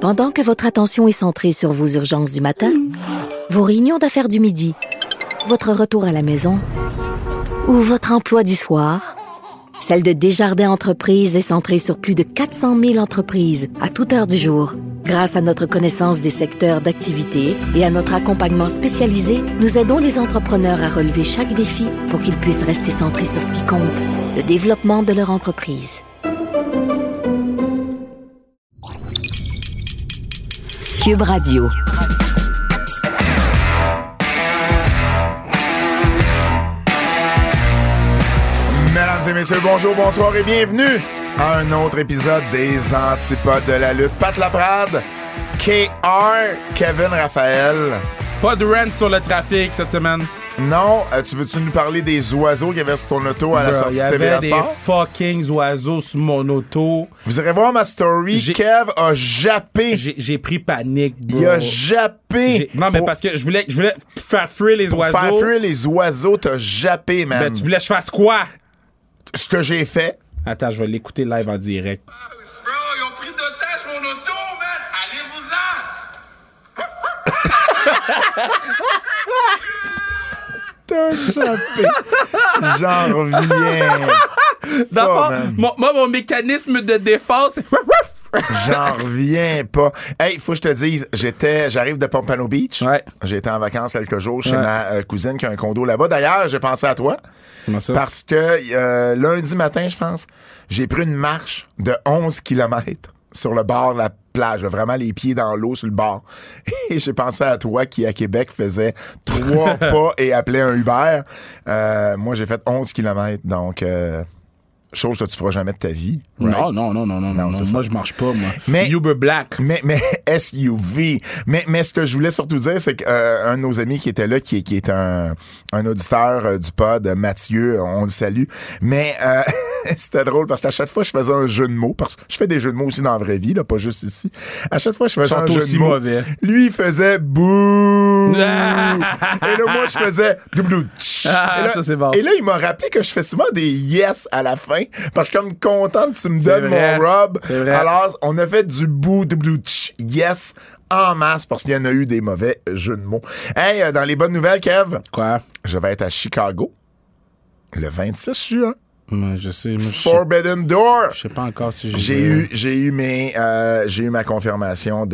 Pendant que votre attention est centrée sur vos urgences du matin, vos réunions d'affaires du midi, votre retour à la maison ou votre emploi du soir, celle de Desjardins Entreprises est centrée sur plus de 400 000 entreprises à toute heure du jour. Grâce à notre connaissance des secteurs d'activité et à notre accompagnement spécialisé, nous aidons les entrepreneurs à relever chaque défi pour qu'ils puissent rester centrés sur ce qui compte, le développement de leur entreprise. Cube Radio. Mesdames et messieurs, bonjour, bonsoir et bienvenue à un autre épisode des Antipodes de la lutte. Pat Laprade, KR, Kevin Raphaël. Pas de rent sur le trafic cette semaine. Non, tu veux-tu nous parler des oiseaux qu'il y avait sur ton auto à la sortie de TVA Sport? Il y avait des fucking oiseaux sur mon auto. Vous irez voir ma story, Kev a jappé. J'ai pris panique, bro. Il a jappé. Non, mais parce que je voulais faire fuir les oiseaux. Pour faire fuir les oiseaux, t'as jappé, man. Ben, tu voulais que je fasse quoi? Ce que j'ai fait. Attends, je vais l'écouter live en direct. Bro, ils ont pris d'otage mon auto, man! Allez-vous-en! T'as jappé. J'en reviens. D'abord, mon mécanisme de défense, c'est... J'en reviens pas. Hey, faut que je te dise, j'arrive de Pompano Beach. Ouais. J'ai été en vacances quelques jours chez ma cousine qui a un condo là-bas. D'ailleurs, j'ai pensé à toi. Comment ça? Parce que lundi matin, je pense, j'ai pris une marche de 11 km sur le bord de la plage, vraiment les pieds dans l'eau sur le bord. Et j'ai pensé à toi qui, à Québec, faisait 3 pas et appelait un Uber. Moi, j'ai fait 11 km, donc... chose que tu feras jamais de ta vie. Right? Non. Moi, je marche pas, moi. Mais, Uber Black. Mais SUV. Mais ce que je voulais surtout dire, c'est qu'un de nos amis qui était là, qui est un auditeur du pod, Mathieu, on le salue. Mais c'était drôle parce qu'à chaque fois, je faisais un jeu de mots, parce que je fais des jeux de mots aussi dans la vraie vie, là, pas juste ici. À chaque fois, je faisais un jeu de mots. Mauvais. Lui, il faisait bouh. Et là, moi, je faisais doublou. Ça, c'est bon. Et là, il m'a rappelé que je fais souvent des yes à la fin. Parce que je suis comme content que tu me donnes mon rub. Alors, on a fait du bout de blue yes en masse parce qu'il y en a eu des mauvais jeux de mots. Hey, dans les bonnes nouvelles, Kev. Quoi? Je vais être à Chicago le 26 juin. Je sais. Forbidden Door. Je sais pas encore si j'ai eu ma confirmation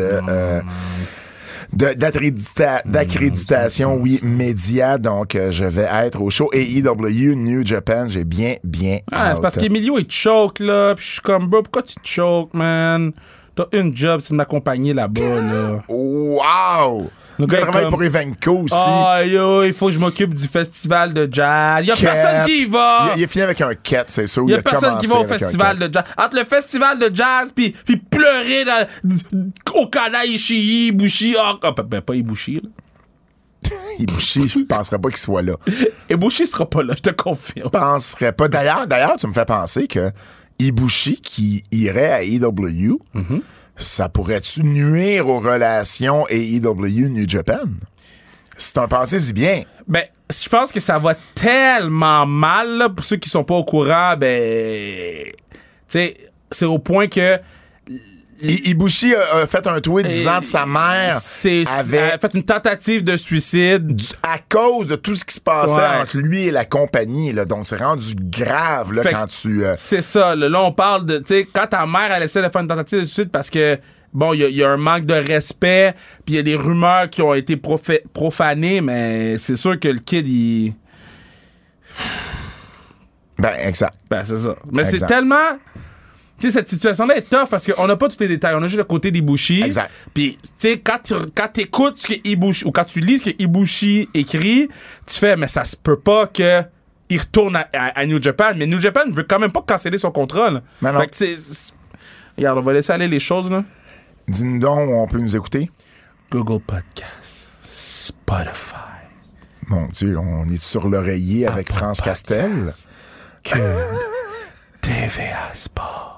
d'accréditation, oui, média. Donc, je vais être au show AEW New Japan. J'ai bien c'est parce qu'Emilio, il choke, là. Puis je suis comme, bro, pourquoi tu choke, man? T'as une job, c'est de m'accompagner là-bas, là. Wow! Le gars travaille pour Evenco aussi. Il faut que je m'occupe du festival de jazz. Il y a personne qui y va. Il est fini avec un ket, c'est sûr. Il y a personne qui va au festival de jazz. Entre le festival de jazz puis pleurer au Kana Ishii, Ibushi. Pas Ibushi, là. Ibushi, je penserais pas qu'il soit là. Ibushi sera pas là, je te confirme. Je penserais pas. D'ailleurs, tu me fais penser que Ibushi qui irait à AEW, ça pourrait-tu nuire aux relations AEW New Japan? C'est un pensée-y bien. Ben, je pense que ça va tellement mal, là, pour ceux qui sont pas au courant, tu sais, c'est au point que Ibushi a fait un tweet disant que sa mère avait fait une tentative de suicide à cause de tout ce qui se passait entre lui et la compagnie, là. Donc c'est rendu grave là, quand tu c'est ça, là on parle de, tu sais, quand ta mère elle essaie de faire une tentative de suicide parce que bon, il y a un manque de respect, puis il y a des rumeurs qui ont été profanées, mais c'est sûr que le kid il exact. C'est ça. Mais exact. c'est tellement... Tu sais, cette situation-là est tough parce qu'on n'a pas tous les détails. On a juste le côté d'Ibushi. Exact. Puis, tu sais, quand t'écoutes ce que Ibushi, ou quand tu lis ce que Ibushi écrit, tu fais, mais ça se peut pas que il retourne à New Japan. Mais New Japan veut quand même pas canceller son contrat, là. Mais non. Fait que, regarde, on va laisser aller les choses, là. Dis-nous donc où on peut nous écouter. Google Podcast, Spotify. Mon Dieu, on est sur l'oreiller avec France Castel. Cube, TVA Sport.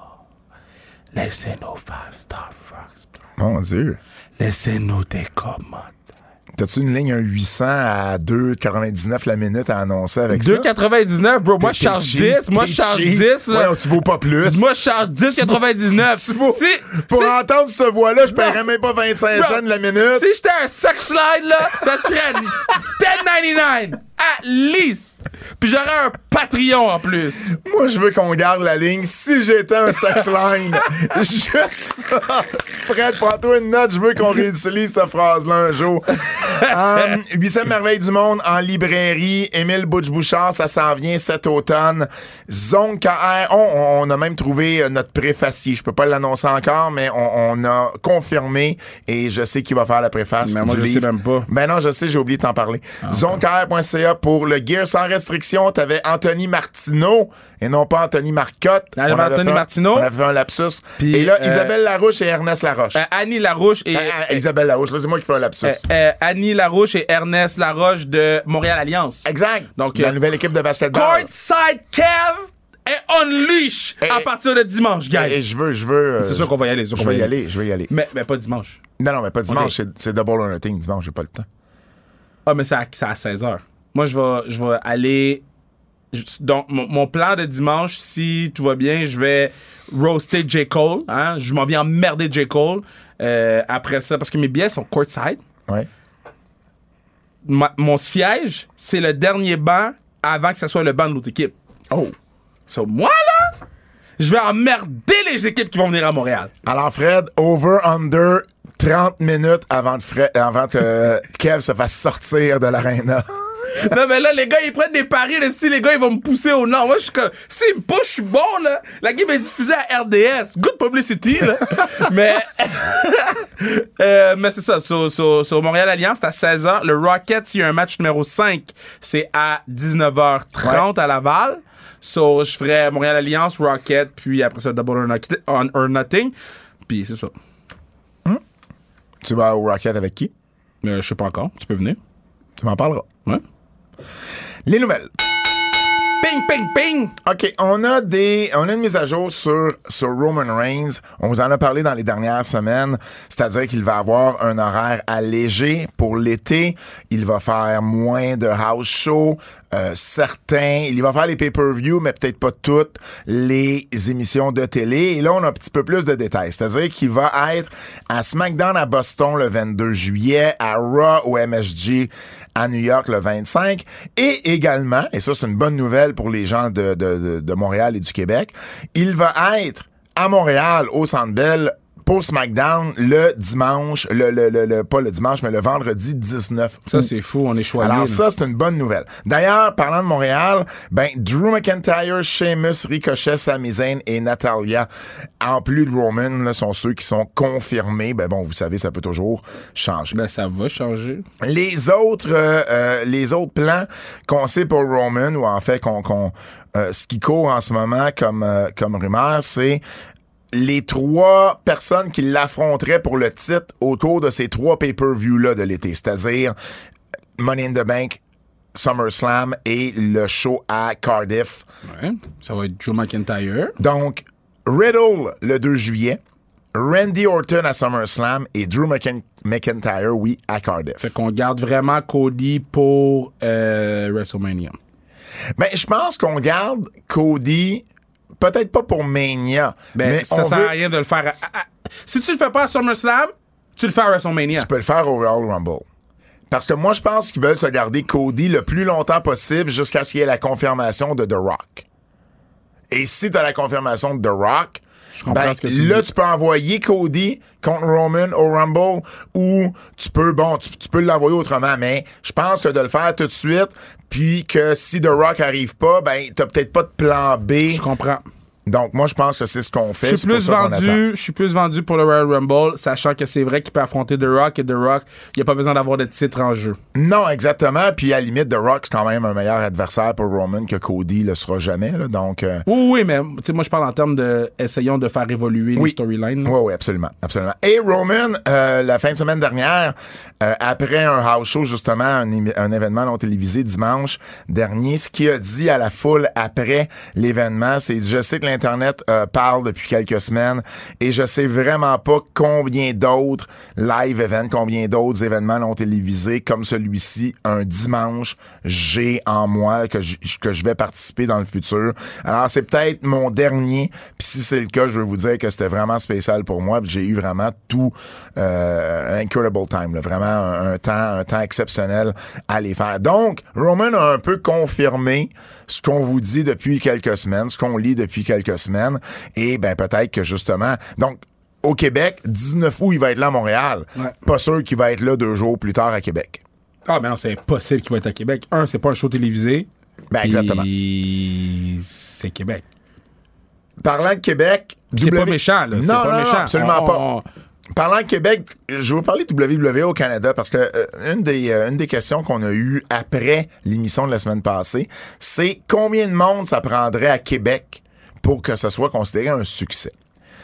Laissez-nous 5-star Fox. Mon Dieu. Laissez-nous des commentaires. T'as-tu une ligne, un 800 à 2,99 la minute à annoncer avec ça? 2,99, bro. Moi, je charge 10. Moi, je charge 10. Là. Ouais, tu vaux pas plus. Moi, je charge 10,99. Pour entendre cette voix-là, je paierais même pas 25 cents la minute. Si j'étais un sex slide, là, ça serait 10,99 at least. Puis j'aurais un Patreon en plus. Moi, je veux qu'on garde la ligne. Si j'étais un sex line, juste ça. Fred, prends-toi une note. Je veux qu'on réutilise cette phrase-là un jour. 8e merveille du monde en librairie. Émile Butch-Bouchard, ça s'en vient cet automne. Zone KR. On a même trouvé notre préfacier. Je peux pas l'annoncer encore, mais on a confirmé et je sais qu'il va faire la préface. Mais moi, je sais même pas. Ben non, je sais, j'ai oublié de t'en parler. ZoneKR.ca pour le gear sans restriction. T'avais Anthony Martineau et non pas Anthony Marcotte. Martineau. On avait fait un lapsus. Puis, et là, Isabelle Larouche et Ernest Laroche. Annie Larouche et... Isabelle Larouche, là, c'est moi qui fais un lapsus. Annie Larouche et Ernest Laroche de Montréal Alliance. Exact. Donc, la nouvelle équipe de basketball. Courtside Kev est unleash à partir de dimanche, guys. Et je veux. C'est sûr qu'on va y aller. Je vais y aller. Mais pas dimanche. Non, mais pas dimanche. Okay. C'est double or nothing. Dimanche, j'ai pas le temps. Ah, mais c'est à 16h. Moi, je vais aller... Donc, mon plan de dimanche, si tout va bien, je vais roaster J. Cole. Hein? Je m'en viens emmerder J. Cole. Après ça, parce que mes billets sont courtside. Ouais. Mon siège, c'est le dernier banc avant que ça soit le banc de l'autre équipe. Oh. So, moi, là, je vais emmerder les équipes qui vont venir à Montréal. Alors, Fred, over-under 30 minutes avant que Kev se fasse sortir de l'aréna. Non, mais là, les gars, ils prennent des paris. Là, si les gars, ils vont me pousser au nord. Moi, je suis comme, s'ils me poussent, je suis bon, là. La game est diffusée à RDS. Good publicity, là. mais c'est ça. Sur Montréal Alliance, c'est à 16h. Le Rocket, il y a un match numéro 5, c'est à 19h30 à Laval. So, je ferai Montréal Alliance, Rocket, puis après ça, Double or Nothing. Puis c'est ça. Tu vas au Rocket avec qui? Je sais pas encore. Tu peux venir. Tu m'en parleras. Ouais. Les nouvelles. Ping, ping, ping! OK, on a une mise à jour sur Roman Reigns. On vous en a parlé dans les dernières semaines. C'est-à-dire qu'il va avoir un horaire allégé pour l'été. Il va faire moins de house shows. Certains. Il va faire les pay-per-view, mais peut-être pas toutes les émissions de télé. Et là, on a un petit peu plus de détails. C'est-à-dire qu'il va être à SmackDown à Boston le 22 juillet, à Raw au MSG à New York le 25. Et également, et ça, c'est une bonne nouvelle pour les gens de Montréal et du Québec, il va être à Montréal, au Centre Bell, pour SmackDown le dimanche, pas le dimanche, mais le vendredi 19 août. Ça, c'est fou, on est choyé. Alors ça, c'est une bonne nouvelle. D'ailleurs, parlant de Montréal, Drew McIntyre, Sheamus, Ricochet, Sami Zayn et Natalia, en plus de Roman, là, sont ceux qui sont confirmés. Vous savez, ça peut toujours changer. Ça va changer. Les autres plans qu'on sait pour Roman, ou en fait ce qui court en ce moment comme rumeur, c'est les 3 personnes qui l'affronteraient pour le titre autour de ces 3 pay-per-views-là de l'été, c'est-à-dire Money in the Bank, SummerSlam et le show à Cardiff. Ouais, ça va être Drew McIntyre. Donc, Riddle le 2 juillet, Randy Orton à SummerSlam et Drew McIntyre, oui, à Cardiff. Fait qu'on garde vraiment Cody pour WrestleMania. Je pense qu'on garde Cody... Peut-être pas pour Mania. Mais ça sert à rien de le faire. Si tu le fais pas à SummerSlam, tu le fais à WrestleMania. Tu peux le faire au Royal Rumble. Parce que moi, je pense qu'ils veulent se garder Cody le plus longtemps possible jusqu'à ce qu'il y ait la confirmation de The Rock. Et si tu as la confirmation de The Rock, là, tu peux envoyer Cody contre Roman au Rumble ou tu peux l'envoyer autrement. Mais je pense que de le faire tout de suite, puis que si The Rock arrive pas, t'as peut-être pas de plan B. Je comprends. Donc, moi, je pense que c'est ce qu'on fait. Je suis plus vendu pour le Royal Rumble, sachant que c'est vrai qu'il peut affronter The Rock et The Rock, il n'y a pas besoin d'avoir de titre en jeu. Non, exactement. Puis, à la limite, The Rock, c'est quand même un meilleur adversaire pour Roman que Cody le sera jamais. Là, donc, Oui, mais moi, je parle en termes de essayons de faire évoluer les storylines. Oui, absolument. Et Roman, la fin de semaine dernière, après un house show, justement, un événement non télévisé dimanche dernier, ce qu'il a dit à la foule après l'événement, c'est « Je sais que Internet parle depuis quelques semaines et je sais vraiment pas combien d'autres live events, combien d'autres événements non télévisés comme celui-ci, un dimanche, j'ai en moi que je vais participer dans le futur. Alors, c'est peut-être mon dernier, puis si c'est le cas, je veux vous dire que c'était vraiment spécial pour moi, puis j'ai eu vraiment tout incredible time, là, vraiment un temps exceptionnel à les faire. Donc, Roman a un peu confirmé ce qu'on vous dit depuis quelques semaines, ce qu'on lit depuis quelques semaines, et ben peut-être que justement, donc au Québec, 19 août, il va être là à Montréal. Ouais. Pas sûr qu'il va être là 2 jours plus tard à Québec. Ah, mais non, c'est impossible qu'il va être à Québec. C'est pas un show télévisé. Ben exactement. C'est Québec. Parlant de Québec... C'est pas méchant, là. Non, C'est pas méchant. absolument pas. Parlant de Québec, je vais vous parler de WWE au Canada parce que une des questions qu'on a eues après l'émission de la semaine passée, c'est combien de monde ça prendrait à Québec pour que ça soit considéré un succès.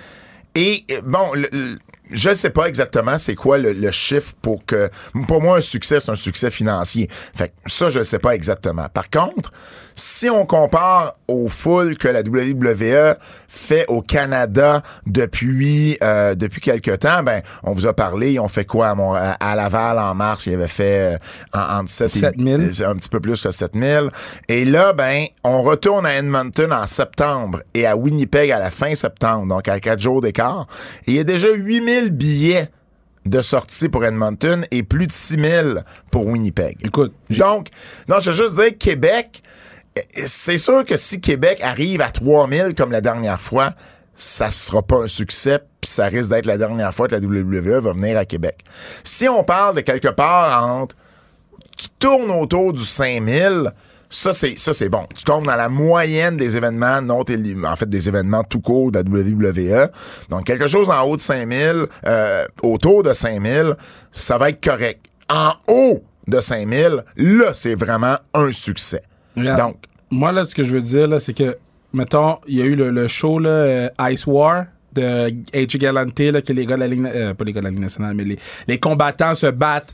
Et bon, je ne sais pas exactement c'est quoi le chiffre pour que... Pour moi, un succès, c'est un succès financier. Fait que ça, je ne sais pas exactement. Par contre, si on compare aux foules que la WWE fait au Canada depuis quelque temps, ben on vous a parlé, ils ont fait quoi à Laval en mars, ils avaient fait entre 7 000. Un petit peu plus que 7 000. Et là, ben on retourne à Edmonton en septembre et à Winnipeg à la fin septembre, donc à 4 jours d'écart. Et il y a déjà 8 000 billets de sortie pour Edmonton et plus de 6 000 pour Winnipeg. Écoute. Donc, non, je veux juste dire, Québec, c'est sûr que si Québec arrive à 3 000 comme la dernière fois, ça sera pas un succès, puis ça risque d'être la dernière fois que la WWE va venir à Québec. Si on parle de quelque part qui tourne autour du 5 000, ça c'est bon. Tu tombes dans la moyenne des événements des événements tout court de la WWE. Donc, quelque chose en haut de 5 000, autour de 5 000, ça va être correct. En haut de 5 000, là, c'est vraiment un succès. Regarde, donc, moi, là, ce que je veux dire, là, c'est que, mettons, il y a eu le show, là, Ice War de AJ Galante, là, que les gars de la Ligue, pas les gars de la Ligue nationale, mais les combattants se battent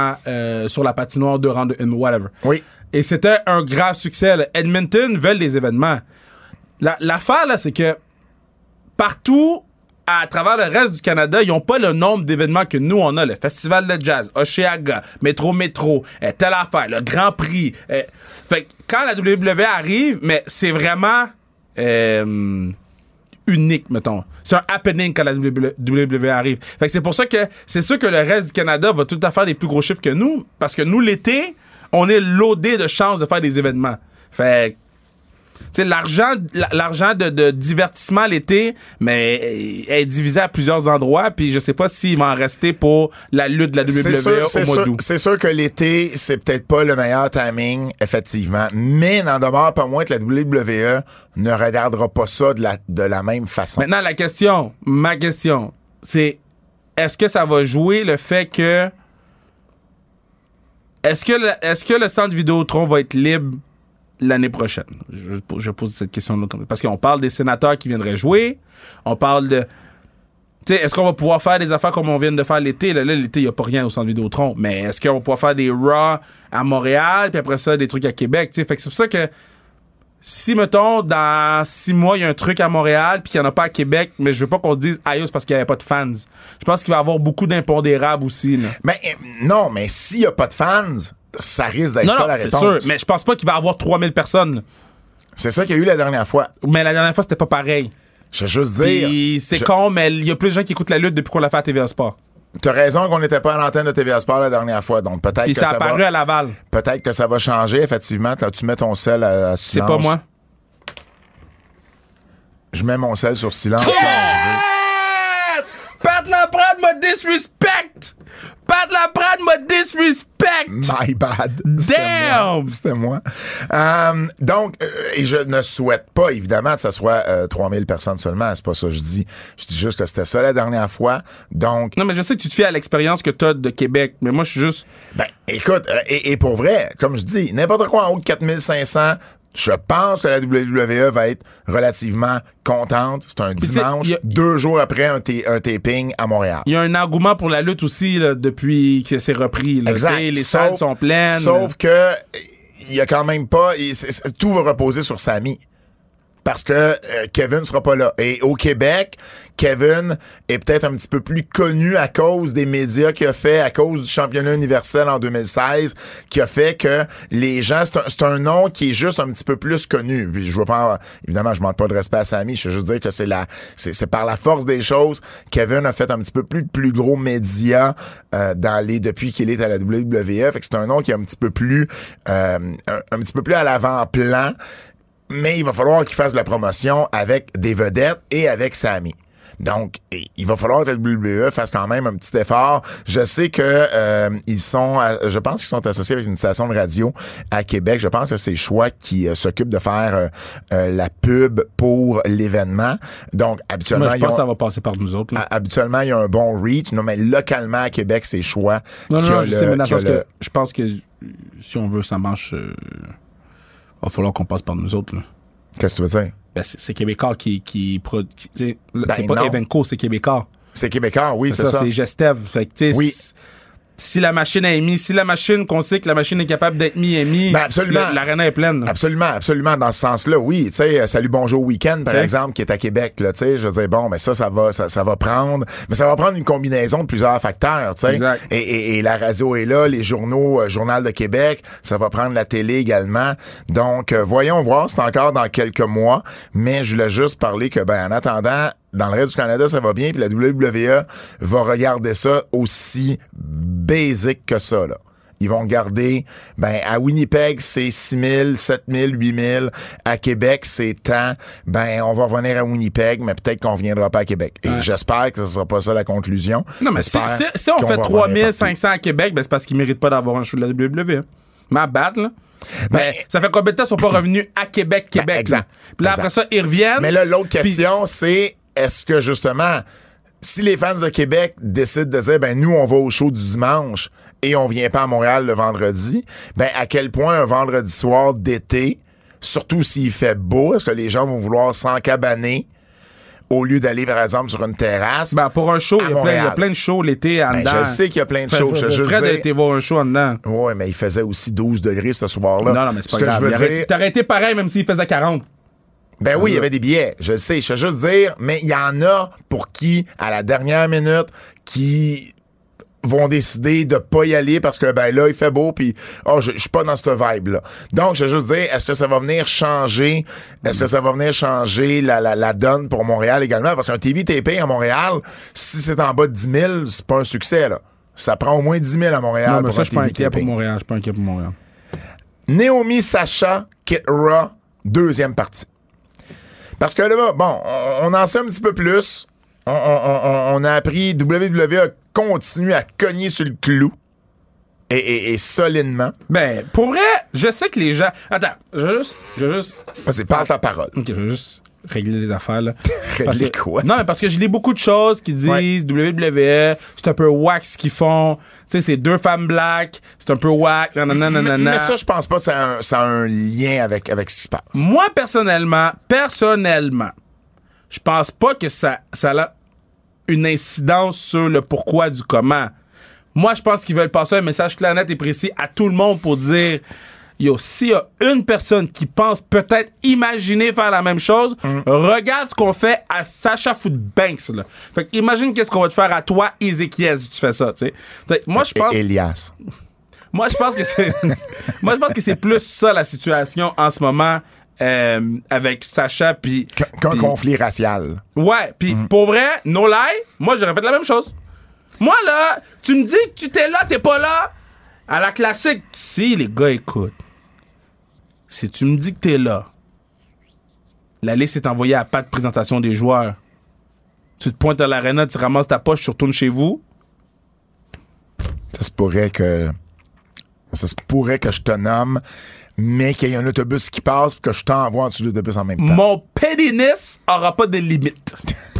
sur la patinoire de rang de une, whatever. Oui. Et c'était un grand succès, là. Edmonton veulent des événements. L'affaire, là, c'est que partout à travers le reste du Canada, ils n'ont pas le nombre d'événements que nous, on a. Le Festival de Jazz, Oshéaga, Métro, telle affaire, le Grand Prix. Fait que quand la WWE arrive, mais c'est vraiment unique, mettons. C'est un happening quand la WWE arrive. Fait que c'est pour ça que c'est sûr que le reste du Canada va tout à fait faire des plus gros chiffres que nous, parce que nous, l'été, on est loadé de chances de faire des événements. Fait tu sais, l'argent de divertissement l'été, mais est divisé à plusieurs endroits, puis je sais pas s'il va en rester pour la lutte de la WWE au mois d'août. C'est sûr que l'été, c'est peut-être pas le meilleur timing, effectivement, mais n'en demeure pas moins que la WWE ne regardera pas ça de la même façon. Maintenant, ma question, c'est est-ce que ça va jouer le fait que est-ce que le centre Vidéotron va être libre l'année prochaine? Je pose cette question là parce qu'on parle des sénateurs qui viendraient jouer. On parle de... Tu sais, est-ce qu'on va pouvoir faire des affaires comme on vient de faire l'été? Là, l'été, il n'y a pas rien au centre Vidéotron. Mais est-ce qu'on va pouvoir faire des Raw à Montréal, puis après ça, des trucs à Québec? Fait que c'est pour ça que si, mettons, dans 6 mois, il y a un truc à Montréal, puis qu'il n'y en a pas à Québec, mais je veux pas qu'on se dise « Aïe, c'est parce qu'il n'y avait pas de fans ». Je pense qu'il va y avoir beaucoup d'impondérables aussi. Là. Mais non, mais s'il n'y a pas de fans... Ça risque d'être ça la réponse. C'est sûr, mais je pense pas qu'il va y avoir 3000 personnes. Là. C'est ça qu'il y a eu la dernière fois. Mais la dernière fois, c'était pas pareil. Je veux juste dire... Puis c'est con, mais il y a plus de gens qui écoutent la lutte depuis qu'on l'a fait à TVA Sport. T'as raison qu'on n'était pas à l'antenne de TVA Sport la dernière fois, donc peut-être que ça va... Puis ça a apparu à Laval. Peut-être que ça va changer, effectivement, quand tu mets ton sel à silence. C'est pas moi. Je mets mon sel sur silence quand je veux. Pat Laprade m'a disrespect! Pat Laprade m'a disrespect! My bad. Damn! C'était moi. Donc, et je ne souhaite pas, évidemment, que ça soit 3000 personnes seulement. C'est pas ça que je dis. Je dis juste que c'était ça la dernière fois. Donc... Non, mais je sais que tu te fies à l'expérience que t'as de Québec, mais moi, je suis juste... Ben, écoute, et pour vrai, comme je dis, n'importe quoi en haut de 4500... Je pense que la WWE va être relativement contente. C'est un dimanche, 2 jours après un taping à Montréal. Il y a un engouement pour la lutte aussi là, depuis que c'est repris. Là. Exact. Les salles sont pleines. Sauf que il y a quand même pas... tout va reposer sur Sami. parce que Kevin sera pas là. Et au Québec, Kevin est peut-être un petit peu plus connu à cause des médias qu'il a fait, à cause du championnat universel en 2016, qui a fait que les gens, c'est un nom qui est juste un petit peu plus connu. Puis je veux pas, évidemment, je manque pas de respect à Sami, je veux juste dire que c'est par la force des choses, Kevin a fait un petit peu plus gros médias depuis qu'il est à la WWE. Fait que c'est un nom qui est un petit peu plus à l'avant-plan. Mais il va falloir qu'il fasse de la promotion avec des vedettes et avec Sami. Donc, il va falloir que la WWE fasse quand même un petit effort. Je sais que je pense qu'ils sont associés avec une station de radio à Québec. Je pense que c'est Choix qui s'occupe de faire la pub pour l'événement. Donc, habituellement, moi, je pense que ça va passer par nous autres. Là. Habituellement, il y a un bon reach. Non, mais localement à Québec, c'est Choix. Non, je sais, mais dans le sens que je pense que si on veut, ça marche. Il va falloir qu'on passe par nous autres. Là. Qu'est-ce que tu veux dire? Ben, c'est Québécois qui produit. C'est pas non. Evenco, c'est Québécois. C'est Québécois, oui, c'est ça. C'est Gestev. Fait que, tu sais, oui. Si la machine est mise, si la machine, qu'on sait que la machine est capable d'être mise, est mise, absolument. L'aréna est pleine. Absolument, dans ce sens-là, oui. Tu sais, Salut Bonjour Week-end, par exemple, qui est à Québec, là, tu sais, je veux dire, bon, mais ça va prendre, mais ça va prendre une combinaison de plusieurs facteurs, tu sais. Et la radio est là, les journaux, Journal de Québec, ça va prendre la télé également. Donc, voyons voir, c'est encore dans quelques mois, mais je voulais juste parler que, en attendant, dans le reste du Canada, ça va bien, puis la WWE va regarder ça aussi basic que ça, là. Ils vont garder, à Winnipeg, c'est 6 000, 7 000, 8 000. À Québec, c'est tant. On va revenir à Winnipeg, mais peut-être qu'on reviendra pas à Québec. Et j'espère que ce sera pas ça la conclusion. Non, mais si on fait 3 500 à Québec, c'est parce qu'ils méritent pas d'avoir un show de la WWE. Ma bad, là. Ça fait combien de temps qu'ils sont pas revenus à Québec? Exact. Puis là, après ça, ils reviennent. Mais là, l'autre question, c'est est-ce que, justement, si les fans de Québec décident de dire, nous, on va au show du dimanche et on vient pas à Montréal le vendredi, à quel point un vendredi soir d'été, surtout s'il fait beau, est-ce que les gens vont vouloir s'encabaner au lieu d'aller, par exemple, sur une terrasse? Pour un show, il y a plein de shows l'été en dedans. Je sais qu'il y a plein de shows. Fred a été voir un show en dedans. Oui, mais il faisait aussi 12 degrés ce soir-là. Non, mais c'est pas grave. T'aurais été pareil même s'il faisait 40. Oui, il y avait des billets, je le sais. Je veux juste dire, mais il y en a pour qui, à la dernière minute, qui vont décider de pas y aller parce que, là, il fait beau, puis je suis pas dans cette vibe-là. Donc, je veux juste dire, est-ce que ça va venir changer? Est-ce que ça va venir changer la donne pour Montréal également? Parce qu'un TVTP à Montréal, si c'est en bas de 10 000, c'est pas un succès, là. Ça prend au moins 10 000 à Montréal pour un TVTP. Je suis pas inquiet pour Montréal. Naomi Sacha Kit Raw, deuxième partie. Parce que là, on en sait un petit peu plus. On a appris, WWE a continué à cogner sur le clou. Et solidement. Pour vrai, je sais que les gens... Attends, je vais juste... Vas-y, parle ta parole. OK, je vais juste régler les affaires, là. Régler quoi? Non, mais parce que je lis beaucoup de choses qui disent WWE, c'est un peu whack ce qu'ils font. Tu sais, c'est deux femmes black, c'est un peu whack, nanana. Mais ça, je pense pas que ça a un lien avec ce qui se passe. Moi, personnellement, je pense pas que ça a une incidence sur le pourquoi du comment. Moi, je pense qu'ils veulent passer un message clair, net et précis à tout le monde pour dire... s'il y a une personne qui pense peut-être imaginer faire la même chose, regarde ce qu'on fait à Sasha Banks, là. Fait imagine qu'est-ce qu'on va te faire à toi, Ezekiel, si tu fais ça, tu sais. Moi, je pense... Elias. Moi, je pense que c'est... Moi, je pense que c'est plus ça, la situation en ce moment avec Sasha, puis... Qu'un conflit racial. Ouais, puis pour vrai, no lie, moi, j'aurais fait la même chose. Moi, là, tu me dis que tu t'es là, t'es pas là, à la classique, si les gars écoutent, si tu me dis que t'es là, la liste est envoyée à pas de présentation des joueurs, tu te pointes à l'aréna, tu ramasses ta poche, tu retournes chez vous. Ça se pourrait que je te nomme, mais qu'il y ait un autobus qui passe et que je t'envoie en dessous de l'autobus en même temps. Mon pettiness aura pas de limite.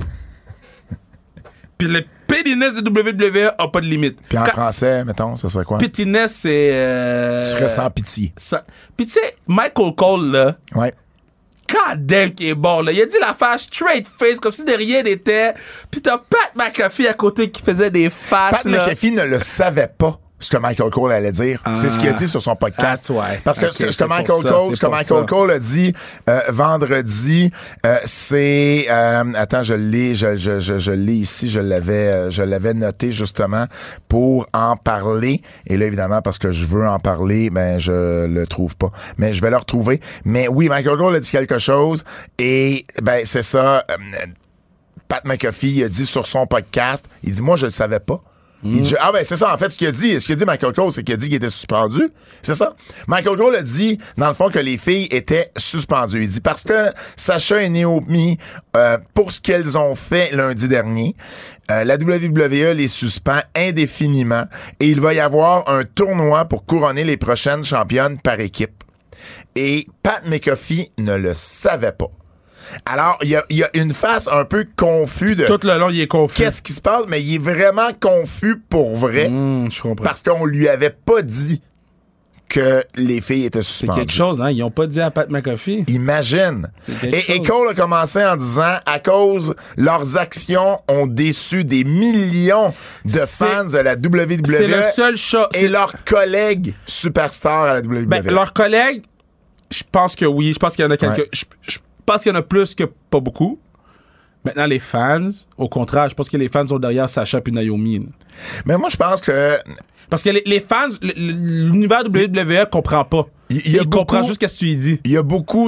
Puis le pettiness de WWE a pas de limite. Puis en français, mettons, ça serait quoi? Pettiness, c'est... Tu serais sans pitié. Puis tu sais, Michael Cole, là... Ouais. God damn qu'il est bon, là. Il a dit l'affaire straight face, comme si de rien n'était. Puis t'as Pat McAfee à côté qui faisait des faces, Pat McAfee ne le savait pas. ce que Michael Cole allait dire. C'est ce qu'il a dit sur son podcast. Parce que ce que Michael Cole a dit vendredi, c'est... attends, je l'ai ici, je l'avais noté justement pour en parler. Et là, évidemment, parce que je veux en parler, ben je le trouve pas. Mais je vais le retrouver. Mais oui, Michael Cole a dit quelque chose et ben c'est ça. Pat McAfee a dit sur son podcast, il dit, moi, je le savais pas. Il dit, c'est ça, en fait, ce qu'il a dit Michael Cole, c'est qu'il a dit qu'il était suspendu. C'est ça. Michael Cole a dit, dans le fond, que les filles étaient suspendues. Il dit, parce que Sasha et Naomi, pour ce qu'elles ont fait lundi dernier, la WWE les suspend indéfiniment et il va y avoir un tournoi pour couronner les prochaines championnes par équipe. Et Pat McAfee ne le savait pas. Alors, il y a une face un peu confus de... Tout le long, il est confus. Qu'est-ce qui se passe? Mais il est vraiment confus pour vrai. Je comprends. Parce qu'on lui avait pas dit que les filles étaient suspendues. C'est quelque chose, hein? Ils ont pas dit à Pat McAfee. Imagine. Et Cole a commencé en disant, à cause, leurs actions ont déçu des millions de fans de la WWE. C'est le seul show. Et leurs collègues superstars à la WWE. Ben, leurs collègues, je pense que oui. Je pense qu'il y en a quelques... Ouais. Je pense qu'il y en a plus que pas beaucoup. Maintenant, les fans, au contraire, je pense que les fans sont derrière Sasha et Naomi. Là. Mais moi, je pense que... Parce que les fans, l'univers WWE comprend pas. Il comprend juste ce que tu lui dis. Il y a beaucoup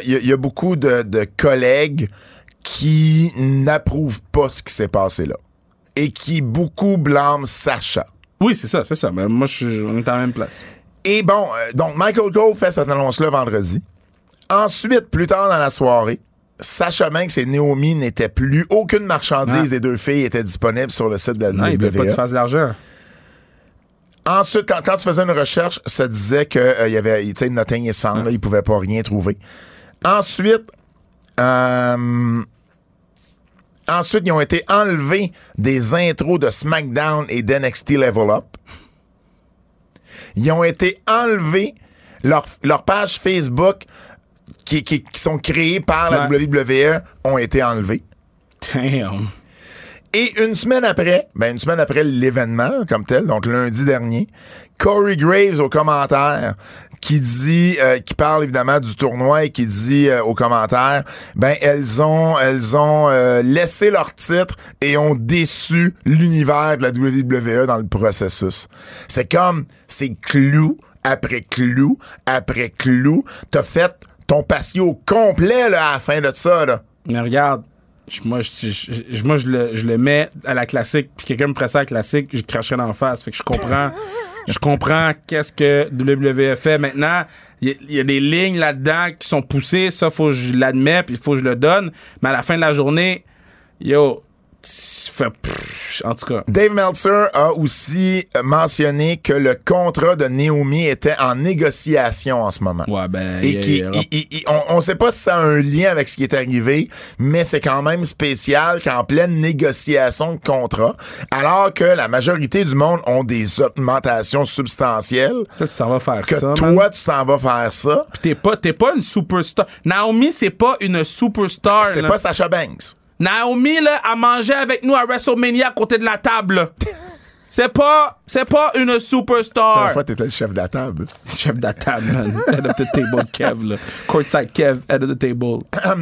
de collègues qui n'approuvent pas ce qui s'est passé là. Et qui beaucoup blâment Sasha. Oui, c'est ça. Mais moi, on est à la même place. Et bon, donc Michael Cole fait cette annonce-là vendredi. Ensuite, plus tard dans la soirée, Sasha Banks et Naomi n'étaient plus. Aucune marchandise des deux filles était disponible sur le site de la WWE. Non, ils veulent pas que tu fasses de l'argent. Ensuite, quand tu faisais une recherche, ça disait que il y avait, tu sais, nothing is found. Là, ils pouvaient pas rien trouver. Ensuite, ils ont été enlevés des intros de SmackDown et d'NXT Level Up. Ils ont été enlevés leur page Facebook qui sont créés par la WWE ont été enlevés. Damn. Et une semaine après l'événement comme tel, donc lundi dernier, Corey Graves aux commentaires qui parle évidemment du tournoi et qui dit aux commentaires, elles ont laissé leur titre et ont déçu l'univers de la WWE dans le processus. C'est clou après clou après clou. T'as fait ton patio complet là, à la fin de ça. Là. Mais regarde, moi, je le mets à la classique, puis quelqu'un me ferait ça à la classique, je cracherais d'en face. Fait que je comprends qu'est-ce que WWE fait. Maintenant, il y a des lignes là-dedans qui sont poussées. Ça, faut que je l'admets, puis il faut que je le donne. Mais à la fin de la journée, en tout cas. Dave Meltzer a aussi mentionné que le contrat de Naomi était en négociation en ce moment. Ouais, et on sait pas si ça a un lien avec ce qui est arrivé, mais c'est quand même spécial qu'en pleine négociation de contrat, alors que la majorité du monde ont des augmentations substantielles. Toi, tu t'en vas faire que ça, toi, man. tu t'en vas faire ça. Puis t'es pas une superstar. Naomi, c'est pas une superstar. C'est pas Sasha Banks. Naomi, là, a mangé avec nous à WrestleMania à côté de la table. Là. C'est pas une superstar. La fois, t'étais le chef de la table. Chef de la table, man. Head of the table, Kev, là. Courtside Kev, head of the table.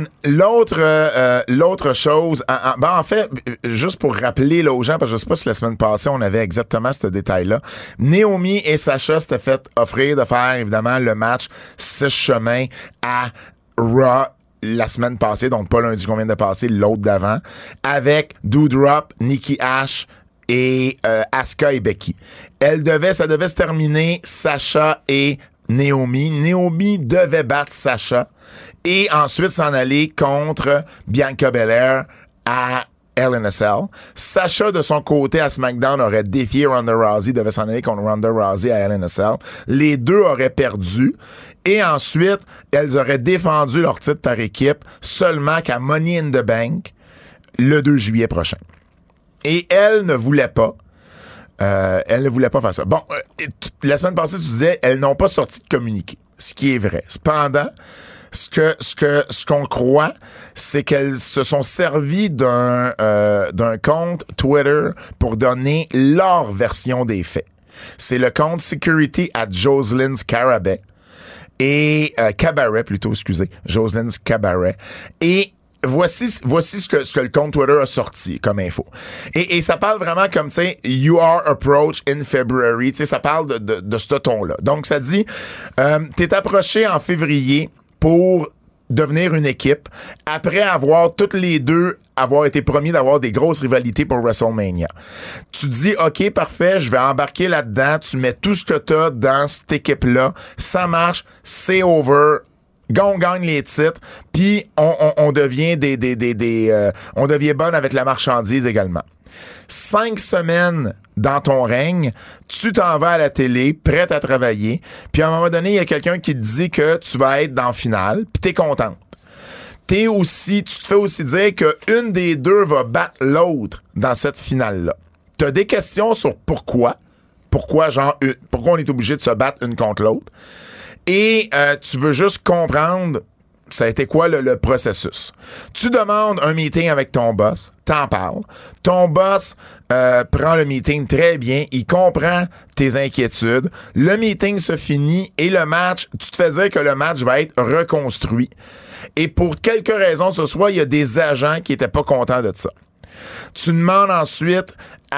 L'autre chose, en fait, juste pour rappeler là, aux gens, parce que je sais pas si la semaine passée, on avait exactement ce détail-là. Naomi et Sasha s'étaient fait offrir de faire, évidemment, le match 6 chemins à Raw la semaine passée, donc pas lundi qu'on vient de passer, l'autre d'avant, avec Doudrop, Nikki Ash et Asuka et Becky. Ça devait se terminer Sasha et Naomi. Naomi devait battre Sasha et ensuite s'en aller contre Bianca Belair à Hell in a Cell. Sasha, de son côté, à SmackDown, aurait défié Ronda Rousey, devait s'en aller contre Ronda Rousey à Hell in a Cell. Les deux auraient perdu. Et ensuite, elles auraient défendu leur titre par équipe seulement qu'à Money in the Bank le 2 juillet prochain. Et elle ne voulait pas. Elle ne voulait pas faire ça. Bon, la semaine passée, tu disais, elles n'ont pas sorti de communiqué. Ce qui est vrai. Cependant, ce qu'on croit, c'est qu'elles se sont servies d'un compte Twitter pour donner leur version des faits. C'est le compte Security at Jocelyn's Cabaret. Et Cabaret, plutôt, excusez. Jocelyn's Cabaret. Et voici ce que le compte Twitter a sorti comme info. Et ça parle vraiment comme, tu sais, you are approached in February. Tu sais, ça parle de ce ton-là. Donc, ça dit, t'es approché en février pour devenir une équipe après avoir toutes les deux avoir été promis d'avoir des grosses rivalités pour WrestleMania. Tu dis, OK, parfait, je vais embarquer là-dedans. Tu mets tout ce que t'as dans cette équipe-là. Ça marche, c'est over. On gagne les titres, puis on devient on devient bonne avec la marchandise également. 5 semaines dans ton règne, tu t'en vas à la télé, prête à travailler, puis à un moment donné, il y a quelqu'un qui te dit que tu vas être dans la finale, puis t'es contente. Tu te fais aussi dire qu'une des deux va battre l'autre dans cette finale-là. T'as des questions sur pourquoi on est obligé de se battre une contre l'autre. Et tu veux juste comprendre ça a été quoi le processus. Tu demandes un meeting avec ton boss, t'en parles. Ton boss prend le meeting très bien, il comprend tes inquiétudes. Le meeting se finit et le match, tu te fais dire que le match va être reconstruit. Et pour quelques raisons ce soir, il y a des agents qui étaient pas contents de ça. Tu demandes ensuite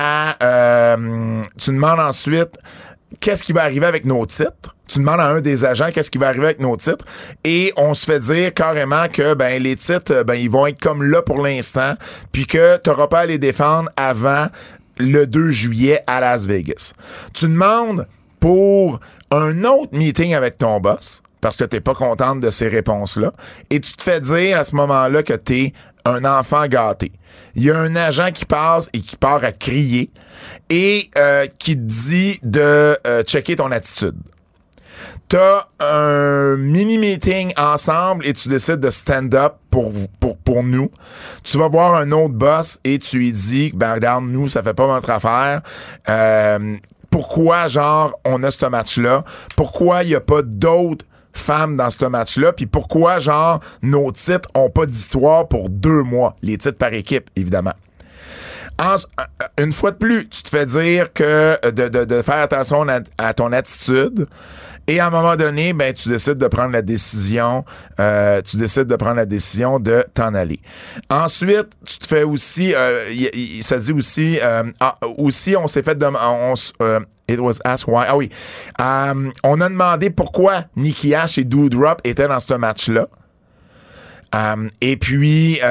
qu'est-ce qui va arriver avec nos titres. Tu demandes à un des agents qu'est-ce qui va arriver avec nos titres et on se fait dire carrément que les titres ils vont être comme là pour l'instant puis que tu n'auras pas à les défendre avant le 2 juillet à Las Vegas. Tu demandes pour un autre meeting avec ton boss parce que t'es pas contente de ces réponses-là et tu te fais dire à ce moment-là que t'es un enfant gâté. Il y a un agent qui passe et qui part à crier et qui te dit de checker ton attitude. T'as un mini-meeting ensemble et tu décides de stand-up pour nous. Tu vas voir un autre boss et tu lui dis, regarde, nous, ça fait pas notre affaire. Pourquoi, on a ce match-là? Pourquoi il n'y a pas d'autres femmes dans ce match-là? Puis pourquoi, nos titres ont pas d'histoire pour 2 mois? Les titres par équipe, évidemment. Une fois de plus, tu te fais dire que de faire attention à ton attitude. Et à un moment donné, tu décides de prendre la décision, de t'en aller. Ensuite, tu te fais aussi, ça dit aussi, aussi on s'est fait it was asked why. Ah oui, on a demandé pourquoi Nikki Ash et Doudrop étaient dans ce match-là. Et puis.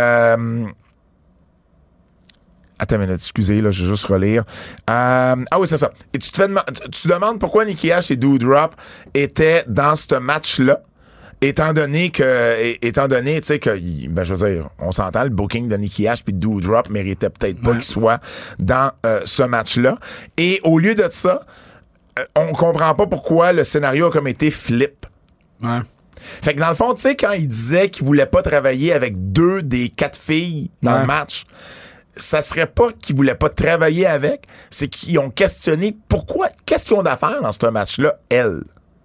Attends une minute, excusez, là, je vais juste relire. Ah oui, c'est ça. Et tu demandes pourquoi Nikki Ash et Doudrop étaient dans ce match-là, étant donné, tu sais, que, je veux dire, on s'entend, le booking de Nikki Ash puis de Doudrop méritait peut-être pas qu'il soit dans ce match-là. Et au lieu de ça, on comprend pas pourquoi le scénario a comme été flip. Ouais. Fait que dans le fond, tu sais, quand il disait qu'il voulait pas travailler avec 2 des 4 filles dans le match, ça serait pas qu'ils voulaient pas travailler avec, c'est qu'ils ont questionné pourquoi, qu'est-ce qu'ils ont d'affaires dans ce match-là, elles.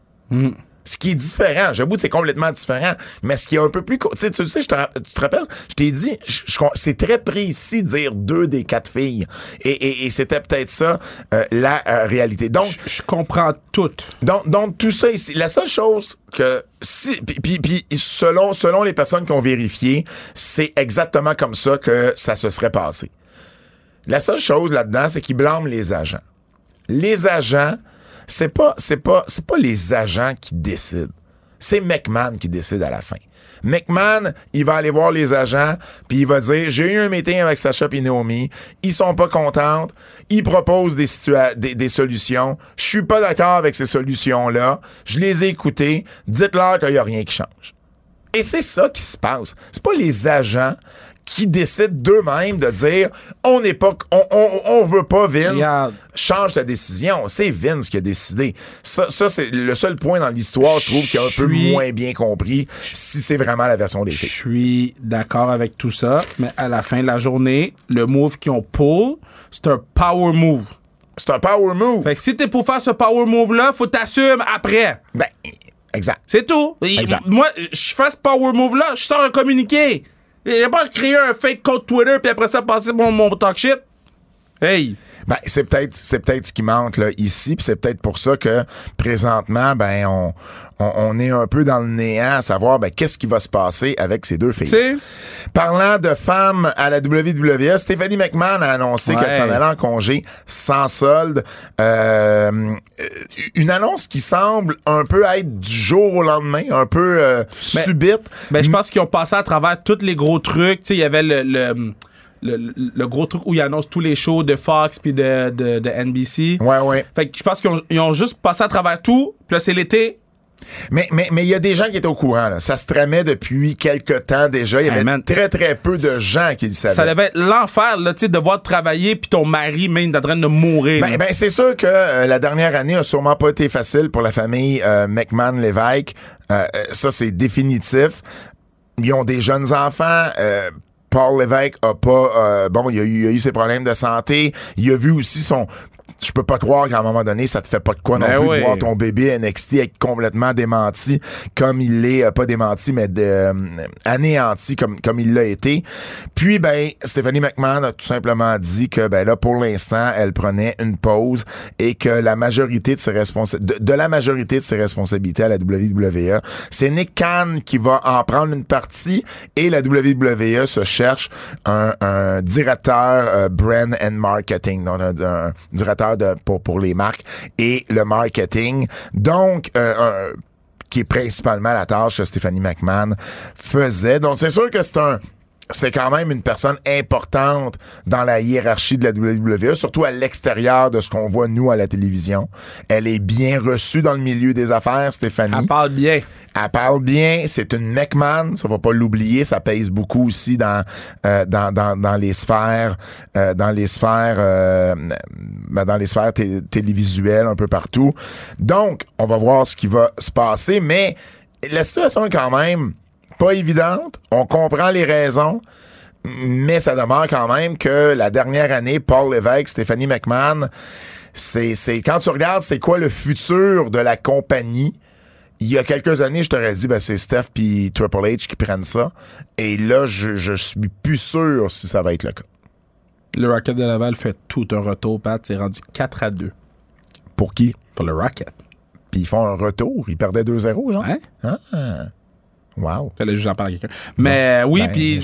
Ce qui est différent, j'avoue que c'est complètement différent, mais ce qui est un peu plus... Tu sais, tu te rappelles, je t'ai dit, c'est très précis de dire 2 des 4 filles, et c'était peut-être ça, la réalité. Donc, je comprends tout. Donc, tout ça ici, la seule chose que... Puis selon les personnes qui ont vérifié, c'est exactement comme ça que ça se serait passé. La seule chose là-dedans, c'est qu'ils blâment les agents. Les agents... C'est pas les agents qui décident. C'est McMahon qui décide à la fin. McMahon, il va aller voir les agents, puis il va dire, j'ai eu un meeting avec Sacha et Naomi, ils sont pas contentes, ils proposent des solutions, je suis pas d'accord avec ces solutions-là, je les ai écoutées, dites-leur qu'il y a rien qui change. Et c'est ça qui se passe. C'est pas les agents qui décident d'eux-mêmes de dire on veut pas Vince, change ta décision. C'est Vince qui a décidé. Ça c'est le seul point dans l'histoire, je trouve, qui est un peu moins bien compris si c'est vraiment la version des faits. Je suis d'accord avec tout ça, mais à la fin de la journée, le move qu'ils ont pull, c'est un power move. C'est un power move. Fait que si t'es pour faire ce power move-là, faut t'assumer après. Exact. C'est tout. Exact. Moi, je fais ce power move-là, je sors un communiqué. Il a pas créé un fake compte Twitter puis après ça passer mon talk shit. Hey! Ben, c'est peut-être ce qui manque là, ici, puis c'est peut-être pour ça que présentement, ben on est un peu dans le néant à savoir ben qu'est-ce qui va se passer avec ces deux filles. T'sais? Parlant de femmes à la WWE, Stephanie McMahon a annoncé qu'elle s'en allait en congé sans solde. Une annonce qui semble un peu être du jour au lendemain, un peu subite. Ben, je pense qu'ils ont passé à travers tous les gros trucs. Tu sais, il y avait le gros truc où ils annoncent tous les shows de Fox puis de NBC. Ouais. Fait que je pense qu'ils ont juste passé à travers tout. Puis là, c'est l'été. Mais il y a des gens qui étaient au courant. Là. Ça se tramait depuis quelques temps déjà. Il y avait très, très peu de gens qui le savaient. Ça devait être l'enfer, là, tu sais, de devoir travailler puis ton mari, même, est en train de mourir. Ben, c'est sûr que la dernière année a sûrement pas été facile pour la famille McMahon-Lévesque. Ça, c'est définitif. Ils ont des jeunes enfants. Paul Lévesque a pas... il a eu ses problèmes de santé. Il a vu aussi son... Je peux pas croire qu'à un moment donné, ça te fait pas de quoi non plus de voir ton bébé NXT être complètement démenti comme il l'est, pas démenti, mais anéanti comme il l'a été. Puis, ben, Stephanie McMahon a tout simplement dit que, ben là, pour l'instant, elle prenait une pause et que la majorité de ses responsabilités à la WWE, c'est Nick Khan qui va en prendre une partie et la WWE se cherche un directeur brand and marketing, donc un directeur pour les marques et le marketing. Donc, qui est principalement la tâche que Stephanie McMahon faisait. Donc, c'est sûr que c'est quand même une personne importante dans la hiérarchie de la WWE, surtout à l'extérieur de ce qu'on voit, nous, à la télévision. Elle est bien reçue dans le milieu des affaires, Stéphanie. Elle parle bien. Elle parle bien. C'est une McMahon, ça va pas l'oublier. Ça pèse beaucoup aussi dans les sphères, dans les sphères télévisuelles un peu partout. Donc, on va voir ce qui va se passer, mais la situation est quand même pas évidente. On comprend les raisons, mais ça demeure quand même que la dernière année, Paul Lévesque, Stephanie McMahon, c'est quand tu regardes c'est quoi le futur de la compagnie. Il y a quelques années, je t'aurais dit, ben, c'est Steph puis Triple H qui prennent ça. Et là, je suis plus sûr si ça va être le cas. Le Rocket de Laval fait tout un retour, Pat. C'est rendu 4-2. Pour qui? Pour le Rocket. Puis ils font un retour. Ils perdaient 2-0, genre? Ouais. Ah. Wow. Fallait juste en parler à quelqu'un. Mais oui, puis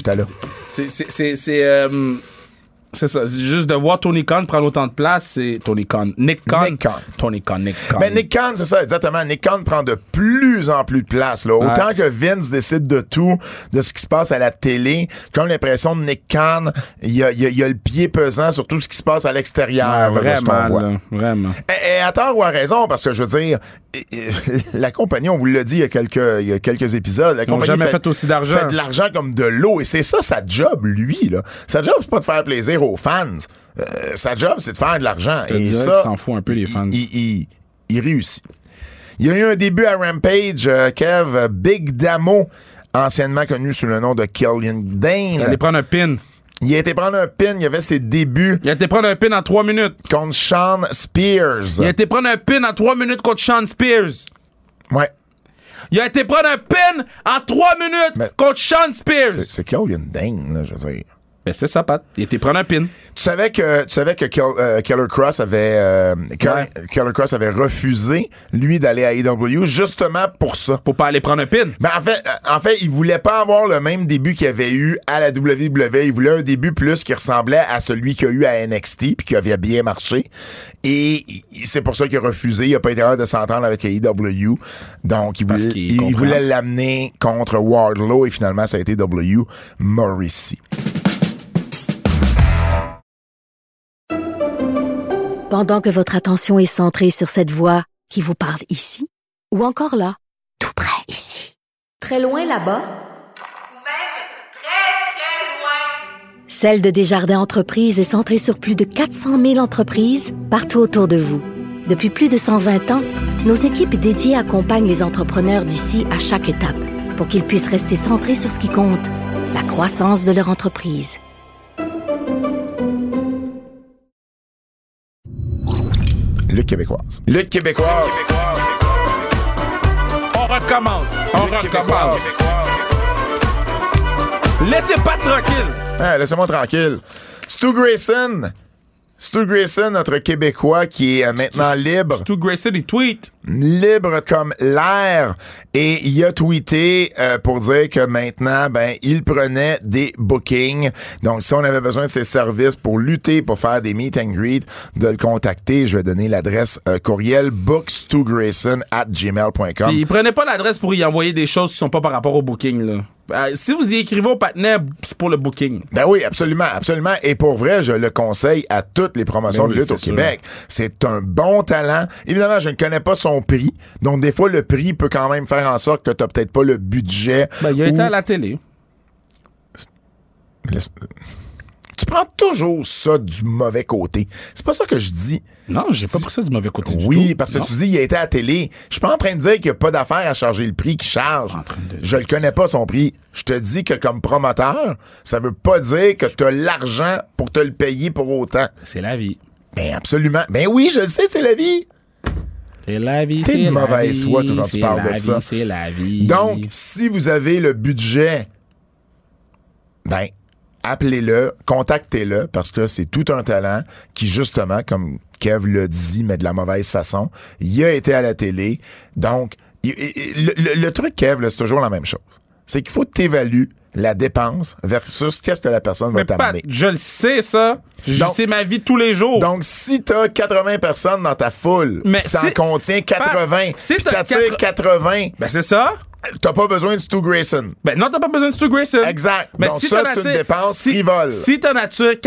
c'est ça. C'est juste de voir Tony Khan prendre autant de place, c'est Nick Khan. Tony Khan. Ben, Nick Khan, c'est ça, exactement. Nick Khan prend de plus en plus de place, là. Autant que Vince décide de tout, de ce qui se passe à la télé, j'ai l'impression de Nick Khan, il y a le pied pesant sur tout ce qui se passe à l'extérieur. Vraiment, là, vraiment. Et à tort ou à raison, parce que je veux dire, la compagnie, on vous l'a dit il y a quelques épisodes, la compagnie jamais fait aussi d'argent. Fait de l'argent comme de l'eau. Et c'est ça, sa job, lui, là. Sa job, c'est pas de faire plaisir aux fans. Sa job, c'est de faire de l'argent. Et ça, il s'en fout un peu, les fans. Il réussit. Il y a eu un début à Rampage, Kev, Big Damo, anciennement connu sous le nom de Killian Dane. Il allait prendre un pin. Il a été prendre un pin, il y avait ses débuts. Il a été prendre un pin en 3 minutes. Contre Sean Spears. Il a été prendre un pin en 3 minutes contre Sean Spears. Ouais. Il a été prendre un pin en 3 minutes contre Sean Spears. C'est Killian Dane, là, je veux dire. Ben c'est ça, Pat. Il a été prendre un pin. Tu savais que Killer Cross avait refusé, lui, d'aller à AEW justement pour ça. Pour pas aller prendre un pin. Ben, en fait, il voulait pas avoir le même début qu'il avait eu à la WWE. Il voulait un début plus qui ressemblait à celui qu'il a eu à NXT puis qui avait bien marché. Et c'est pour ça qu'il a refusé. Il a pas été capable de s'entendre avec AEW. Donc, il voulait l'amener contre Wardlow et finalement, ça a été W. Morrissey. Pendant que votre attention est centrée sur cette voix qui vous parle ici, ou encore là, tout près ici, très loin là-bas, ou même très, très loin, Celle de Desjardins Entreprises est centrée sur plus de 400 000 entreprises partout autour de vous. Depuis plus de 120 ans, nos équipes dédiées accompagnent les entrepreneurs d'ici à chaque étape pour qu'ils puissent rester centrés sur ce qui compte, la croissance de leur entreprise. Lutte québécoise. On recommence. Laissez pas tranquille. Laissez-moi tranquille. Stu Grayson Stu Grayson, notre Québécois qui est maintenant libre. Stu Grayson, il tweet. Libre comme l'air. Et il a tweeté pour dire que maintenant, il prenait des bookings. Donc, si on avait besoin de ses services pour lutter, pour faire des meet and greet, de le contacter. Je vais donner l'adresse courriel bookstugrayson@gmail.com. Puis il prenait pas l'adresse pour y envoyer des choses qui sont pas par rapport au booking, là. Si vous y écrivez au partenaire, c'est pour le booking. Ben oui, absolument, absolument. Et pour vrai, je le conseille à toutes les promotions de lutte au Québec. C'est un bon talent. Évidemment, je ne connais pas son prix. Donc, des fois, le prix peut quand même faire en sorte que tu n'as peut-être pas le budget. Il a été à la télé. Tu prends toujours ça du mauvais côté. C'est pas ça que je dis. Non, j'ai pas pris ça du mauvais côté du tout. Oui, parce que tu dis il a été à la télé. Je suis pas en train de dire qu'il n'y a pas d'affaire à charger le prix qu'il charge. Je le connais pas, son prix. Je te dis que comme promoteur, ça veut pas dire que tu as l'argent pour te le payer pour autant. C'est la vie. Ben absolument. Ben oui, je le sais, c'est la vie. C'est la vie, T'es c'est de la mauvaise vie. foi, toi, quand tu parles de ça. C'est la vie. Donc, si vous avez le budget, appelez-le, contactez-le, parce que c'est tout un talent qui, justement, comme Kev l'a dit, mais de la mauvaise façon, il a été à la télé. Donc, le truc, Kev, là, c'est toujours la même chose. C'est qu'il faut que tu évalues la dépense versus qu'est-ce que la personne va t'amener. Je le sais, ça. C'est ma vie tous les jours. Donc, si t'as 80 personnes dans ta foule, mais pis t'en contiens 80, si pis t'attires 80... Ben, c'est ça. T'as pas besoin de Stu Grayson. Ben non, t'as pas besoin de Stu Grayson. Exact. Mais donc si ça, c'est une dépense frivole. Si t'en attires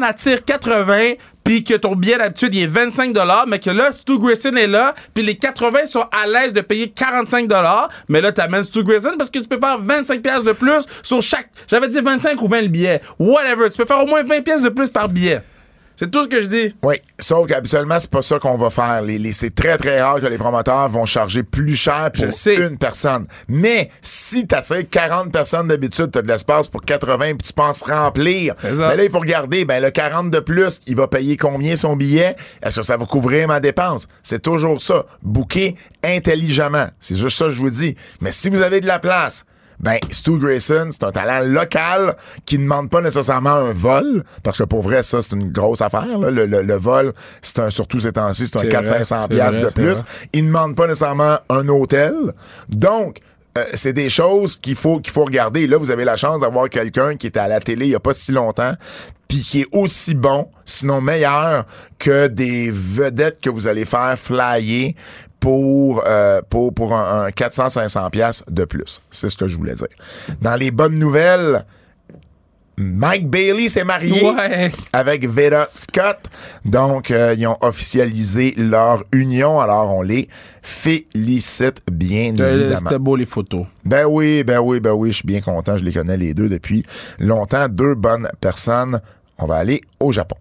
80, puis que ton billet d'habitude, il est 25 $, mais que là, Stu Grayson est là, puis les 80 sont à l'aise de payer 45 $, mais là, t'amènes Stu Grayson parce que tu peux faire 25 pièces de plus sur chaque... J'avais dit 25 ou 20 le billet. Whatever. Tu peux faire au moins 20 pièces de plus par billet. C'est tout ce que je dis. Oui, sauf qu'habituellement, c'est pas ça qu'on va faire. C'est très, très rare que les promoteurs vont charger plus cher pour une personne. Mais si t'attires 40 personnes d'habitude, t'as de l'espace pour 80 puis tu penses remplir, ben là, il faut regarder, le 40 de plus, il va payer combien son billet? Est-ce que ça va couvrir ma dépense? C'est toujours ça. Booker intelligemment. C'est juste ça que je vous dis. Mais si vous avez de la place, Stu Grayson, c'est un talent local qui ne demande pas nécessairement un vol, parce que pour vrai, ça, c'est une grosse affaire. Là. Le vol, surtout ces temps-ci, c'est un 400-500 piastres de plus. Il ne demande pas nécessairement un hôtel. Donc, c'est des choses qu'il faut regarder. Là, vous avez la chance d'avoir quelqu'un qui était à la télé il n'y a pas si longtemps, puis qui est aussi bon, sinon meilleur, que des vedettes que vous allez faire flyer pour un 400-500 piastres de plus. C'est ce que je voulais dire. Dans les bonnes nouvelles, Mike Bailey s'est marié avec Veda Scott. Donc, ils ont officialisé leur union. Alors, on les félicite bien évidemment. C'était beau les photos. Ben oui. Je suis bien content. Je les connais les deux depuis longtemps. Deux bonnes personnes. On va aller au Japon.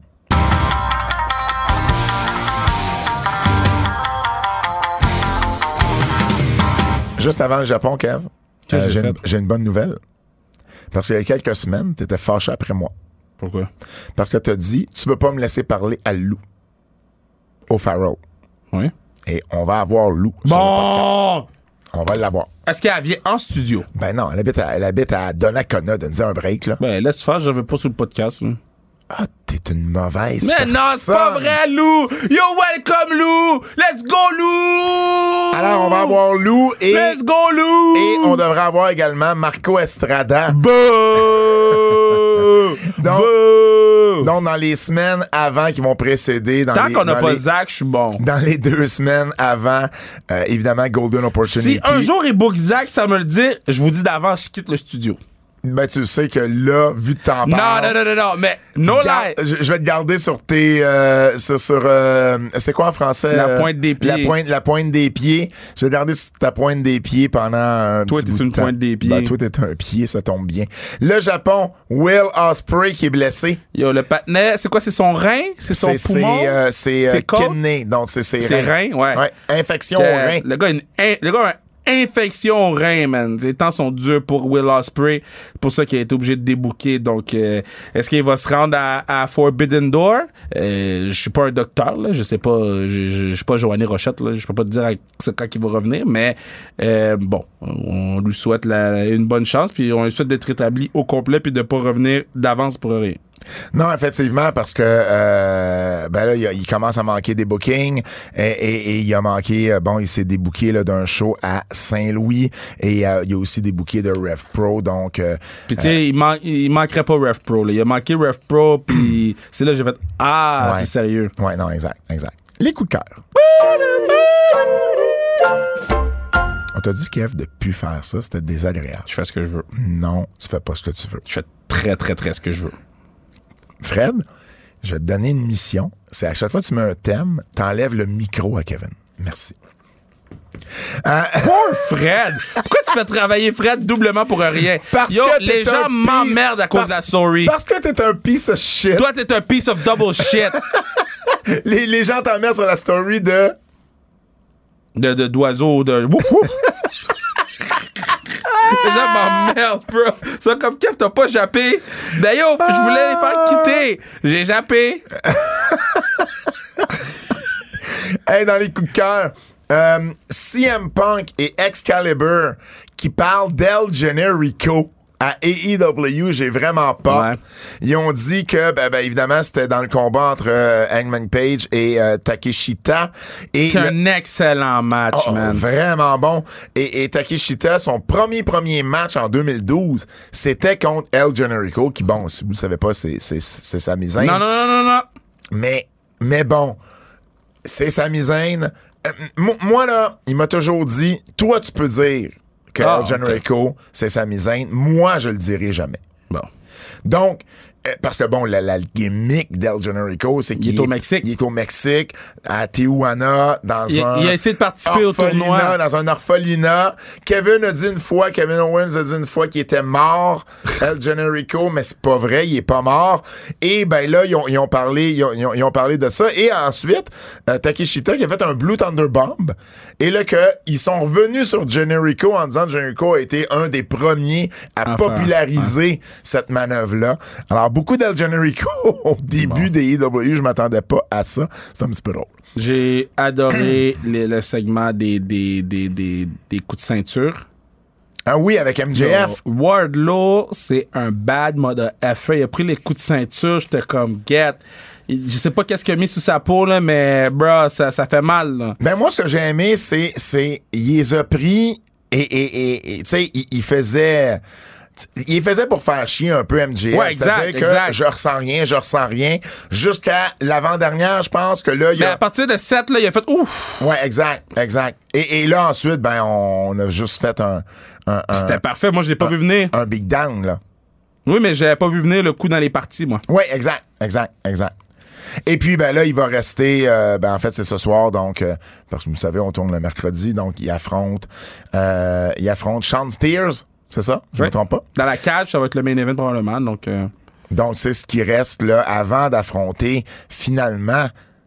Juste avant le Japon, Kev, j'ai une bonne nouvelle. Parce qu'il y a quelques semaines, tu étais fâché après moi. Pourquoi? Parce que tu as dit, tu veux pas me laisser parler à Lou. Au Pharaoh. Oui. Et on va avoir Lou sur le podcast. On va l'avoir. Est-ce qu'elle vient en studio? Ben non, elle habite à Donnacona. Donne-nous un break, là. Ben, laisse faire, je veux pas sur le podcast, là. Ah, t'es une mauvaise Mais personne. non, c'est pas vrai, Lou! You're welcome, Lou! Let's go, Lou! Alors, on va avoir Lou et... Let's go, Lou! Et on devrait avoir également Marco Estrada. Bouh! Donc, dans les semaines avant qui vont précéder... Tant qu'on n'a pas Zach, je suis bon. Dans les 2 semaines avant, évidemment, Golden Opportunity. Si un jour il book Zach, ça me le dit, je vous dis d'avance, je quitte le studio. Ben, tu sais que là, vu que t'en parles... Non, mais no lie. Je vais te garder sur tes... c'est quoi en français? La pointe des pieds. La pointe des pieds. Je vais te garder sur ta pointe des pieds pendant un toi, petit bout de temps. Toi, t'es une pointe des pieds. Ben, toi, t'es un pied, ça tombe bien. Le Japon, Will Ospreay qui est blessé. Yo, le patinet, c'est quoi? C'est son rein? C'est son poumon? C'est kidney. Donc, c'est rein, ouais. Infection au rein. Le gars a infection au rein, man. Les temps sont durs pour Will Ospreay. C'est pour ça qu'il a été obligé de débooker. Donc, est-ce qu'il va se rendre à Forbidden Door? Je suis pas un docteur, là. Je sais pas. Je suis pas Joanny Rochette, là. Je peux pas te dire quand il va revenir. Mais, bon, on lui souhaite une bonne chance. Puis on lui souhaite d'être établi au complet puis de pas revenir d'avance pour rien. Non, effectivement, parce que ben là, il commence à manquer des bookings et il a manqué, il s'est débooké là, d'un show à Saint-Louis et il y a aussi des bookings de Rev Pro, donc... Puis tu sais, il manquerait pas Rev Pro, là. Il a manqué Rev Pro, puis c'est là que j'ai fait « Ah, ouais. c'est sérieux. » Ouais, non, exact. Les coups de cœur. On t'a dit, Kev, de plus faire ça, c'était désagréable. Je fais ce que je veux. Non, tu fais pas ce que tu veux. Je fais très, très, très ce que je veux. Fred, je vais te donner une mission. C'est à chaque fois que tu mets un thème, t'enlèves le micro à Kevin. Merci. Poor Fred! Pourquoi tu fais travailler Fred doublement pour rien? Parce Yo, que les gens m'emmerdent à cause de la story. Parce que t'es un piece of shit. Toi, t'es un piece of double shit. Les gens t'emmerdent sur la story de... D'oiseaux, de... Wouf, wouf. Les gens m'emmerdent, bro. Ça, comme Kev, t'as pas jappé. D'ailleurs, je voulais les faire quitter. J'ai jappé. Hey, dans les coups de cœur, CM Punk et Excalibur qui parlent d'El Generico à AEW, j'ai vraiment pas. Ouais. Ils ont dit que, évidemment, c'était dans le combat entre Hangman Page et Takeshita. Et C'est un excellent match, man. Vraiment bon. Et Takeshita, son premier match en 2012, c'était contre El Generico, qui, bon, si vous le savez pas, c'est sa misaine. Non. Mais bon, c'est sa misaine. Moi, là, il m'a toujours dit, toi, tu peux dire que El Generico, c'est sa misaine. Moi, je le dirai jamais. Bon. Donc, parce que bon, la gimmick d'El Generico, c'est qu'il est au Mexique. Il est au Mexique, à Tijuana, il a essayé de participer au tournoi. Dans un orphelinat. Kevin Owens a dit une fois qu'il était mort, El Generico, mais c'est pas vrai, il est pas mort. Et ben là, ils ont parlé de ça. Et ensuite, Takeshita qui a fait un Blue Thunder Bomb. Et là, ils sont revenus sur Generico en disant que Generico a été un des premiers à populariser cette manœuvre-là. Alors, beaucoup d'El Generico au début des EW, je m'attendais pas à ça. C'est un petit peu drôle. J'ai adoré le segment des coups de ceinture. Ah oui, avec MJF. Wardlow, c'est un bad mother effer. Il a pris les coups de ceinture, j'étais comme get. Je sais pas qu'est-ce qu'il a mis sous sa peau, là, mais bro, ça fait mal. Là. Ben moi, ce que j'ai aimé, c'est il les a pris et tu sais, il faisait pour faire chier un peu MJF. Ouais, exact. Je ressens rien. Jusqu'à l'avant-dernière, je pense que là, mais à partir de 7, là, il a fait ouf. Ouais, exact. Et là, ensuite, ben, on a juste fait un c'était parfait. Moi, je l'ai pas vu venir. Un big down, là. Oui, mais j'avais pas vu venir le coup dans les parties, moi. Ouais, exact. Et puis, ben là, il va rester... en fait, c'est ce soir, donc... parce que vous savez, on tourne le mercredi, donc il affronte Sean Spears, c'est ça? Je me trompe pas? Dans la cage, ça va être le main event probablement, donc... Donc, c'est ce qui reste, là, avant d'affronter, finalement...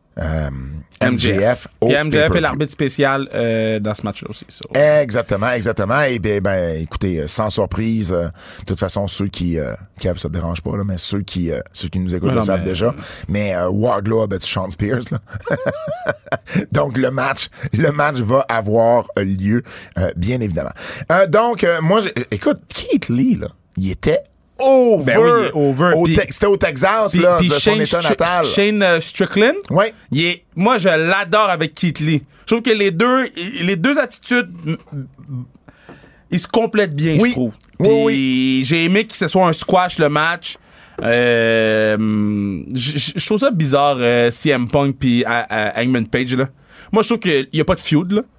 MJF au MJF est l'arbitre spécial dans ce match-là aussi. So. Exactement. Et ben, écoutez, sans surprise, de toute façon, ceux qui ça te dérange pas, là, mais ceux qui nous écoutent le savent déjà. Mais Wardlow a battu Sean Spears, là. Donc, le match va avoir lieu, bien évidemment. Donc, moi, écoute, Keith Lee, là, il était over. Ben oui, over. C'était au Texas, là, de son état natal. Shane Strickland, ouais. Moi, je l'adore avec Keith Lee. Je trouve que les deux attitudes, ils se complètent bien, je trouve. Puis j'ai aimé que ce soit un squash, le match. Je trouve ça bizarre, CM Punk puis Hangman Page, là. Moi, je trouve qu'il n'y a pas de feud, là.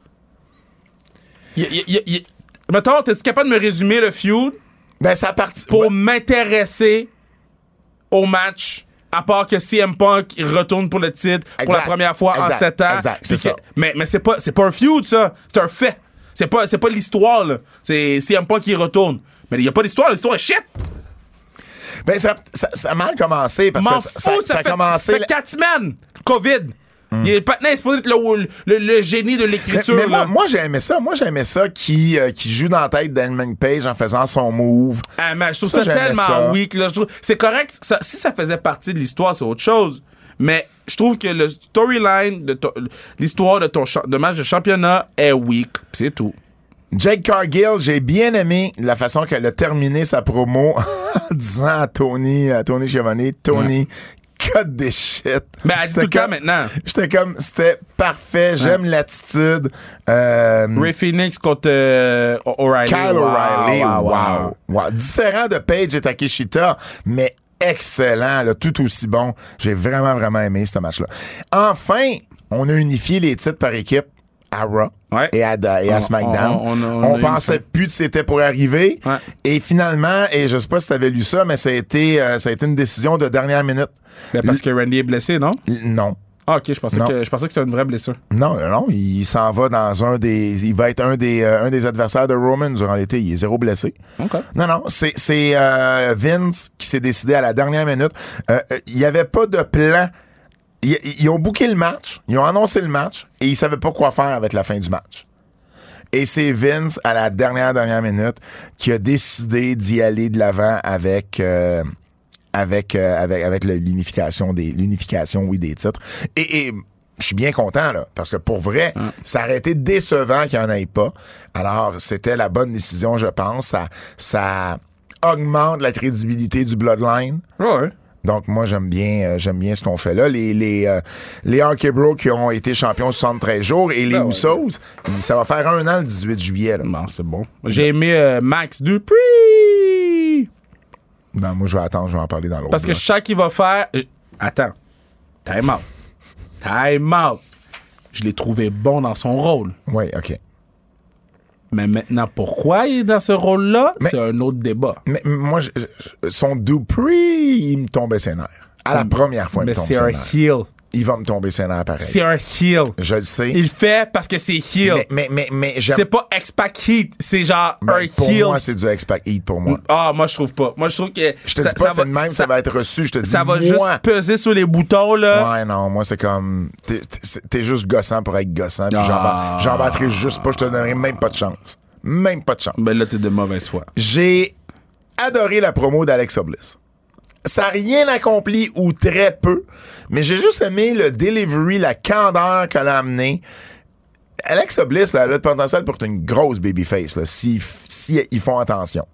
Mettons, t'es capable de me résumer le feud? Ben, ça partit. Pour m'intéresser au match, à part que CM Punk retourne pour le titre pour la première fois en 7 ans. Exact, c'est ça. Mais c'est pas un feud, ça. C'est un fait. C'est pas l'histoire, là. C'est CM Punk qui retourne. Mais il n'y a pas d'histoire, l'histoire est shit. Ben, ça a mal commencé parce que ça a commencé. Ça fait 4 semaines. COVID. Le patin est supposé être le génie de l'écriture. Mais moi, j'ai aimé ça. Moi, j'aimais ça qui joue dans la tête d'Hangman Page en faisant son move. Ah, mais je trouve ça tellement weak. Là. C'est correct. Si ça faisait partie de l'histoire, c'est autre chose. Mais je trouve que le storyline de l'histoire de ton match de championnat est weak. C'est tout. Jake Cargill, j'ai bien aimé la façon qu'elle a terminé sa promo en disant à Tony Schiavone, Tony, cut des shit. Ben, elle dit tout le temps maintenant. J'étais comme, c'était parfait, j'aime l'attitude. Ray Phoenix contre O'Reilly. Kyle O'Reilly, Wow. wow. Différent de Paige et Takeshita, mais excellent, là, tout aussi bon. J'ai vraiment, vraiment aimé ce match-là. Enfin, on a unifié les titres par équipe à Raw et à SmackDown. On pensait plus que c'était pour arriver. Ouais. Et finalement, et je sais pas si tu avais lu ça, mais ça a été une décision de dernière minute. Ben, parce que Randy est blessé, non? Non. Ah, ok, je pensais que c'était une vraie blessure. Non, il s'en va dans il va être un des adversaires de Roman durant l'été. Il est zéro blessé. OK. Non, c'est Vince qui s'est décidé à la dernière minute. Il y avait pas de plan. Ils ont booké le match, ils ont annoncé le match et ils savaient pas quoi faire avec la fin du match. Et c'est Vince, à la dernière minute, qui a décidé d'y aller de l'avant avec l'unification des titres. Et je suis bien content, là, parce que pour vrai, ça aurait été décevant qu'il n'y en ait pas. Alors, c'était la bonne décision, je pense. Ça augmente la crédibilité du Bloodline. Ouais. Donc, moi, j'aime bien ce qu'on fait là. Les RK Bro qui ont été champions 73 jours et les Usos, ça va faire 1 an le 18 juillet. Là. Bon, c'est bon. J'ai aimé Max Dupree. Ben, moi, je vais attendre, je vais en parler dans l'autre. Parce que je sais qu'il va faire... Attends. Time out. Je l'ai trouvé bon dans son rôle. Oui, OK. Mais maintenant, pourquoi il est dans ce rôle-là, c'est un autre débat. Mais moi, son Dupree, il me tombait ses nerfs. À la première fois, il me tombe ses nerfs. Mais c'est un heel. Il va me tomber ses nerfs pareil. C'est un heel. Je le sais. Il le fait parce que c'est heel. Mais j'aime... C'est pas X-Pac Heat, c'est genre un pour heel. Pour moi, c'est du X-Pac Heat pour moi. Ah, moi, je trouve pas. Moi, je trouve que... Je te dis pas c'est de même, ça va être reçu. Je te dis, ça va juste peser sur les boutons, là. Ouais, non, moi, c'est comme... T'es juste gossant pour être gossant. Puis j'embarquerai juste pas. Je te donnerai même pas de chance. Même pas de chance. Ben là, t'es de mauvaise foi. J'ai adoré la promo d'Alexa Bliss. Ça n'a rien accompli ou très peu, mais j'ai juste aimé le delivery, la candeur qu'elle a amené. Alexa Bliss, là, elle a le potentiel pour être une grosse babyface, là, si ils font attention.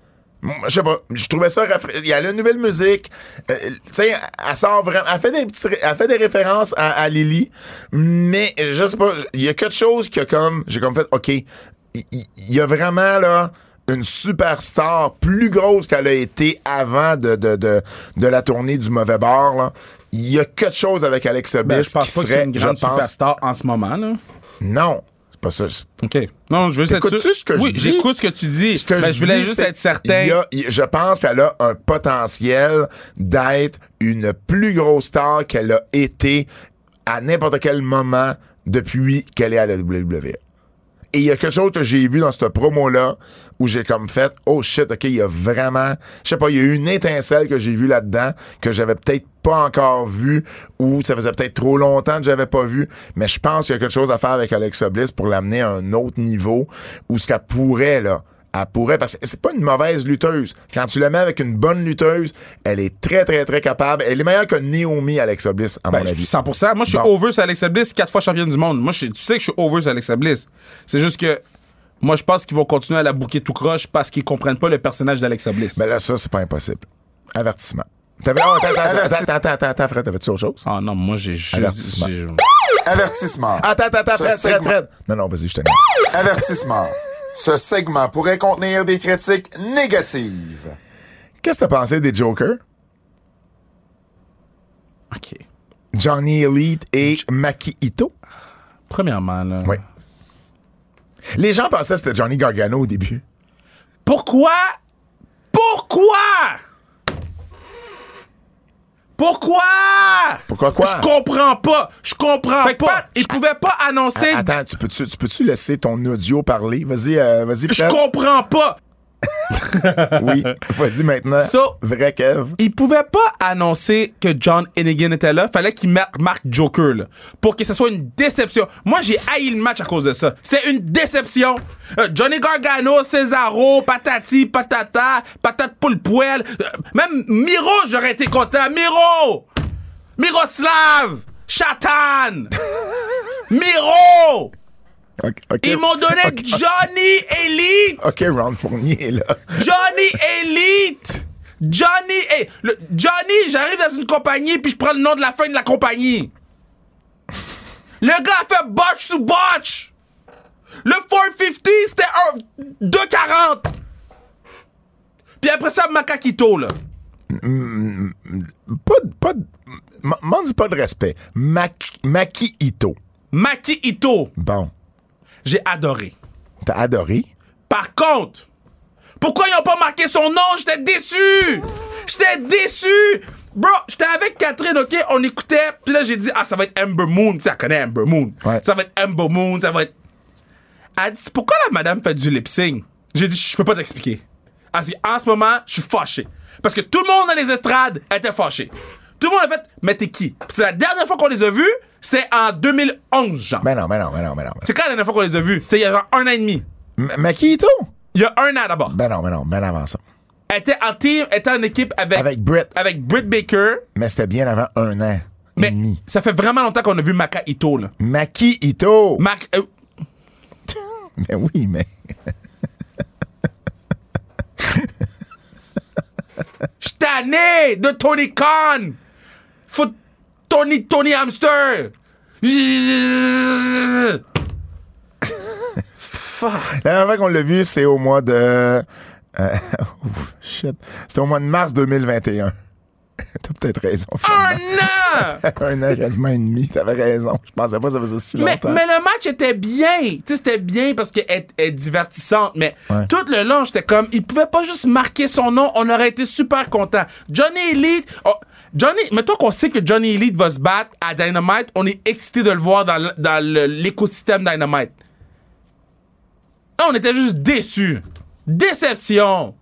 Je sais pas, je trouvais ça il y a la nouvelle musique, tu sais, elle sort vraiment, elle fait des références à Lily, mais je sais pas, il y a quelque chose qui a j'ai comme fait, OK, il y a vraiment, là, une superstar plus grosse qu'elle a été avant de la tournée du mauvais bord, là. Il y a quelque chose avec Alexa Bliss je pense qui pas serait, que c'est une grande superstar en ce moment, là. Non, c'est pas ça. OK. Non, je veux juste être sûr. T'écoutes-tu ce que je dis? Oui, j'écoute ce que tu dis. Je voulais juste être certain. Je pense qu'elle a un potentiel d'être une plus grosse star qu'elle a été à n'importe quel moment depuis qu'elle est à la WWE. Et il y a quelque chose que j'ai vu dans cette promo-là où j'ai comme fait, oh shit, OK, il y a vraiment, je sais pas, il y a eu une étincelle que j'ai vue là-dedans que j'avais peut-être pas encore vu ou ça faisait peut-être trop longtemps que j'avais pas vu, mais je pense qu'il y a quelque chose à faire avec Alexa Bliss pour l'amener à un autre niveau où ce qu'elle pourrait, là, elle pourrait, parce que c'est pas une mauvaise lutteuse. Quand tu la mets avec une bonne lutteuse, elle est très, très, très capable. Elle est meilleure que Naomi, Alexa Bliss, à mon avis. 100%. Moi, je suis over sur Alexa Bliss, 4 fois championne du monde. Moi, tu sais que je suis over sur Alexa Bliss. C'est juste que moi, je pense qu'ils vont continuer à la bouquer tout croche parce qu'ils comprennent pas le personnage d'Alexa Bliss. Ben là, ça, c'est pas impossible. Avertissement. Attends, Fred, t'avais-tu autre chose? Ah non, moi, j'ai juste... Avertissement. Attends, Fred. Non, vas-y, je te laisse. Avertissement. Ce segment pourrait contenir des critiques négatives. Qu'est-ce que t'as pensé des Jokers? OK. Johnny Elite et Maki Ito? Premièrement, là... Oui. Les gens pensaient que c'était Johnny Gargano au début. Pourquoi? Pourquoi quoi? Je comprends pas. Ils pouvaient pas annoncer... Attends, tu peux-tu laisser ton audio parler? Vas-y, Fred. Je comprends pas. Oui, vas-y maintenant. Vrai Kev. Ils pouvaient pas annoncer que John Hennigan était là. Fallait qu'il marque Joker, là, pour que ce soit une déception. Moi, j'ai haï le match à cause de ça. C'est une déception. Johnny Gargano, Cesaro, patati, patata, patate poule poêle. Même Miro, j'aurais été content. Miroslav! Chatan! Miro! OK. Ils m'ont donné Johnny Elite. OK, Ron Fournier, là. Johnny Elite. Johnny, j'arrive dans une compagnie puis je prends le nom de la fin de la compagnie. Le gars a fait botch sous botch. Le 450, c'était 2,40. Puis après ça, Makakito, là. M'en dis pas de respect. Maki Ito. Maki Ito. Bon. J'ai adoré. T'as adoré? Par contre, pourquoi ils ont pas marqué son nom? J'étais déçu! Bro, j'étais avec Catherine, OK? On écoutait, puis là, j'ai dit, ça va être Amber Moon. Tu sais, elle connaît Amber Moon. Ouais. Ça va être Amber Moon, ça va être... Elle dit, pourquoi la madame fait du lip-sync? J'ai dit, je peux pas t'expliquer. Elle dit, en ce moment, je suis fâché. Parce que tout le monde dans les estrades était fâché. Tout le monde a fait, mais t'es qui? Puis c'est la dernière fois qu'on les a vus, c'était en 2011, genre. Ben non. C'est quand la dernière fois qu'on les a vus? C'était il y a genre 1 an et demi. Maki Ito? Il y a 1 an d'abord. Ben avant ça. Elle était en équipe avec Britt Baker. Mais c'était bien avant 1 an et demi. Ça fait vraiment longtemps qu'on a vu Maka Ito, là. Maki Ito! Mais oui, mais... J'suis tanné de Tony Khan! Faut Tony Hamster! Fuck. La dernière fois qu'on l'a vu, c'est au mois de... shit. C'était au mois de mars 2021. T'as peut-être raison, finalement. 1 an, quasiment et demi. T'avais raison. Je pensais pas que ça faisait si longtemps. Mais le match était bien. Tu sais, c'était bien parce qu'elle est divertissante. Mais tout le long, j'étais comme, il pouvait pas juste marquer son nom. On aurait été super contents. Johnny Elite... mettons qu'on sait que Johnny Elite va se battre à Dynamite, on est excité de le voir dans l'écosystème Dynamite. Là, on était juste déçus. Déception.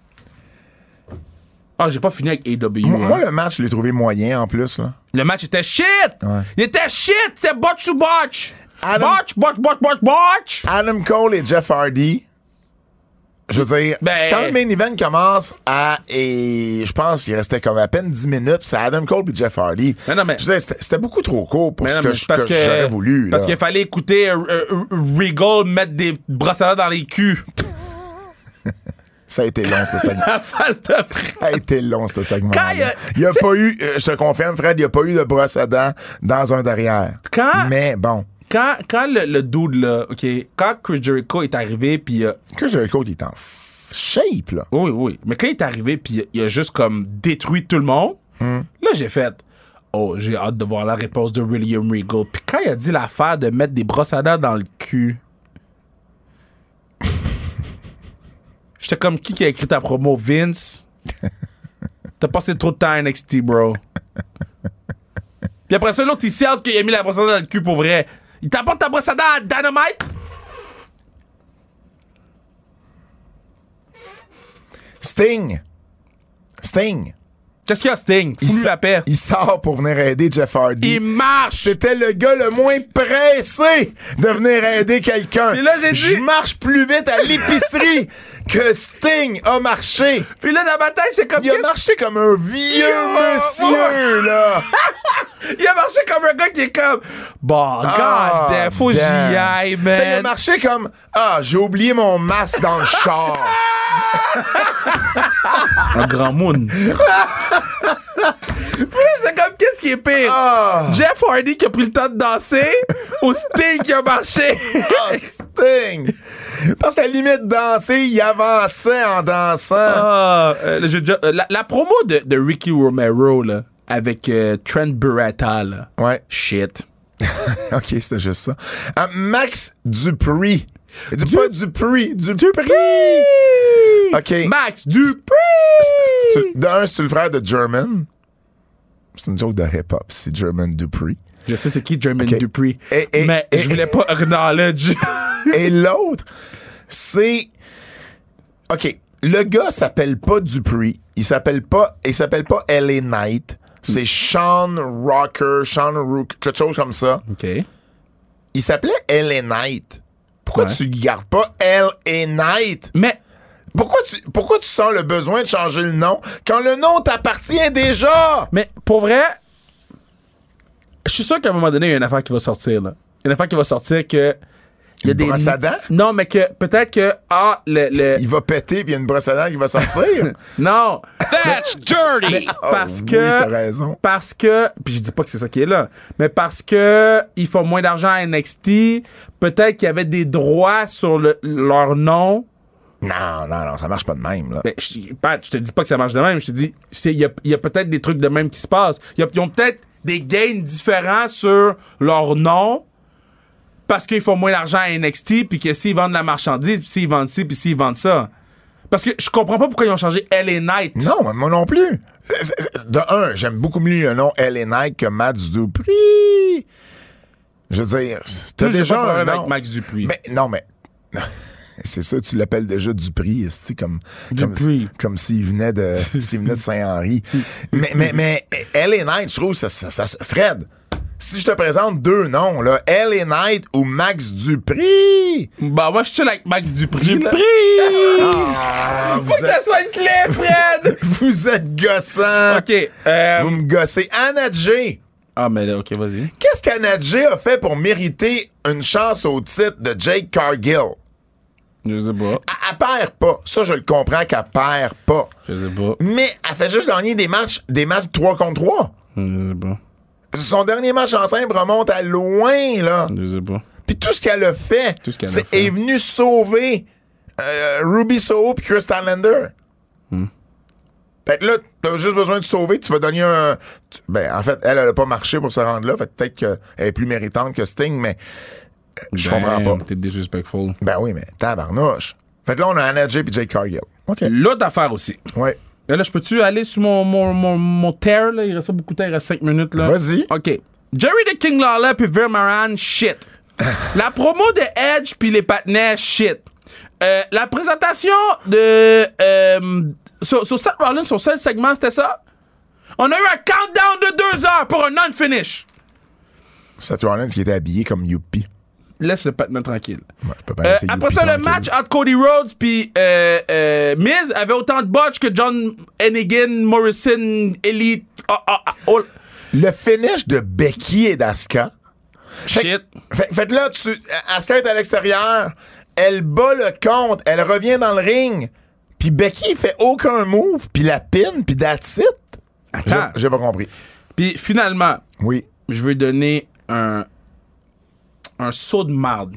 J'ai pas fini avec AEW. Moi, le match, je l'ai trouvé moyen en plus, là. Le match était shit! Ouais. Il était shit! C'était botch sous botch! Botch! Adam Cole et Jeff Hardy. Je veux dire, quand le main event commence et je pense qu'il restait comme à peine 10 minutes, c'est Adam Cole et Jeff Hardy. Mais je veux dire, c'était beaucoup trop court pour ce que j'aurais voulu. Parce qu'il fallait écouter Regal mettre des brosses à dents dans les culs. Ça a été long, ce segment. La face de Ça a été long, ce segment. Il n'y a t'sais, pas eu, je te confirme, Fred, il n'y a pas eu de brosse à dents dans un derrière. Mais bon. Quand le dude, là, OK, quand Chris Jericho est arrivé, puis... Chris Jericho, il est en shape, là. Oui. Mais quand il est arrivé, puis il a juste comme détruit tout le monde, là, j'ai fait... j'ai hâte de voir la réponse de William Regal. Puis quand il a dit l'affaire de mettre des brosses à dents dans le cul... J'étais comme, qui a écrit ta promo? Vince? T'as passé trop de temps à NXT, bro. Puis après ça, l'autre, il sait qu'il a mis la brosse à dents dans le cul pour vrai. Il t'apporte ta brosse à dents à Dynamite? Sting. Qu'est-ce qu'il y a, Sting? Fous-lui la paix. Il sort pour venir aider Jeff Hardy. Il marche! C'était le gars le moins pressé de venir aider quelqu'un. Puis là, j'ai dit... Je marche plus vite à l'épicerie que Sting a marché. Puis là, dans ma tête, c'est comme... Il a marché comme un vieux monsieur, là. Il a marché comme un gars qui est comme... Bon, God, faut que j'y aille, man. Ça, il a marché comme... j'ai oublié mon masque dans le char. Un grand moon. Puis là, j'étais comme, qu'est-ce qui est pire? Jeff Hardy qui a pris le temps de danser ou Sting qui a marché? Sting! Parce qu'à la limite, danser, il avançait en dansant. La promo de Ricky Romero, là, avec Trent Beretta, là. Ouais. Shit. OK, c'était juste ça. Max Dupree. Pas Dupree. OK. Max Dupree! D'un, c'est le frère de German. C'est une joke de hip-hop, c'est German Dupree. Je sais c'est qui German Dupree. Mais je voulais pas acknowledge. Et l'autre, c'est... OK, le gars s'appelle pas Dupree. Il s'appelle pas LA Knight. C'est Sean Rocker, quelque chose comme ça. OK. Il s'appelait LA Knight. Pourquoi tu gardes pas LA Knight? Mais... Pourquoi tu sens le besoin de changer le nom quand le nom t'appartient déjà? Mais pour vrai, je suis sûr qu'à un moment donné, il y a une affaire qui va sortir, là. Une affaire qui va sortir que Il y a Une brosse à dents? Non, mais que peut-être que Il va péter, puis il y a une brosse à dents qui va sortir. Non. That's dirty! Parce oui, que t'as raison. Parce que puis je dis pas que c'est ça qui est là, mais parce que ils font moins d'argent à NXT, peut-être qu'il y avait des droits sur leur nom. Non, ça marche pas de même, là. Ben, Pat, je te dis pas que ça marche de même, je te dis il y a peut-être des trucs de même qui se passent. Ils ont peut-être des gains différents sur leur nom. Parce qu'ils font moins d'argent à NXT, puis que s'ils vendent de la marchandise, puis s'ils vendent ci, puis s'ils vendent ça. Parce que je comprends pas pourquoi ils ont changé LA Knight. Non, moi non plus. De un, j'aime beaucoup mieux le nom LA Knight que Matt Dupree. Je veux dire, t'as Moi, j'ai déjà pas de un problème nom. avec Max Dupree. Mais c'est ça, tu l'appelles déjà Dupree, esti, comme s'il venait de Saint-Henri. mais LA Knight, je trouve ça Fred, si je te présente deux noms, là, LA Knight ou Max Dupree. Bah, moi, je suis avec Max Dupree. Ah, Faut que ça soit une clé, Fred! vous êtes gossant. OK. Vous me gossez. Anna Jay. Ah, mais là, OK, vas-y. Qu'est-ce qu'Anna Jay a fait pour mériter une chance au titre de Jade Cargill? Je sais pas. Elle perd pas. Ça, je le comprends qu'elle perd pas. Je sais pas. Mais elle fait juste gagner des matchs 3 contre 3. Je sais pas. Son dernier match en simple remonte à loin, là. Je sais pas. Puis tout ce qu'elle a fait, est venu sauver Ruby Soho puis Chris Statlander. Fait que là, t'as juste besoin de sauver, tu vas donner un... Ben, en fait, elle a pas marché pour se rendre là, fait que peut-être qu'elle est plus méritante que Sting, mais je comprends pas. T'es disrespectful. Ben oui, mais tabarnouche. Fait que là, on a Anna Jay puis Jade Cargill. OK. L'autre affaire aussi. Ouais. Là, je peux-tu aller sur mon tear, là? Il reste pas beaucoup de temps, il reste 5 minutes, là. Vas-y. OK. Jerry the King Lawler puis Veer Maran, shit. La promo de Edge puis les partenaires, shit. La présentation de... sur Seth Rollins, son seul segment, c'était ça? On a eu un countdown de 2 heures pour un non-finish. Seth Rollins qui était habillé comme Youpi. Laisse le partenaire tranquille. Ouais, je peux pas laisser Après Youpi ça, le tranquille. match entre Cody Rhodes puis Miz avait autant de botch que John Hennigan, Morrison, Elite. Le finish de Becky et d'Asuka. Shit. Fait là, Asuka est à l'extérieur, elle bat le compte, elle revient dans le ring, puis Becky fait aucun move, puis la pin, puis that's it. Attends. J'ai pas compris. Puis finalement, Oui. je vais donner un saut de marde.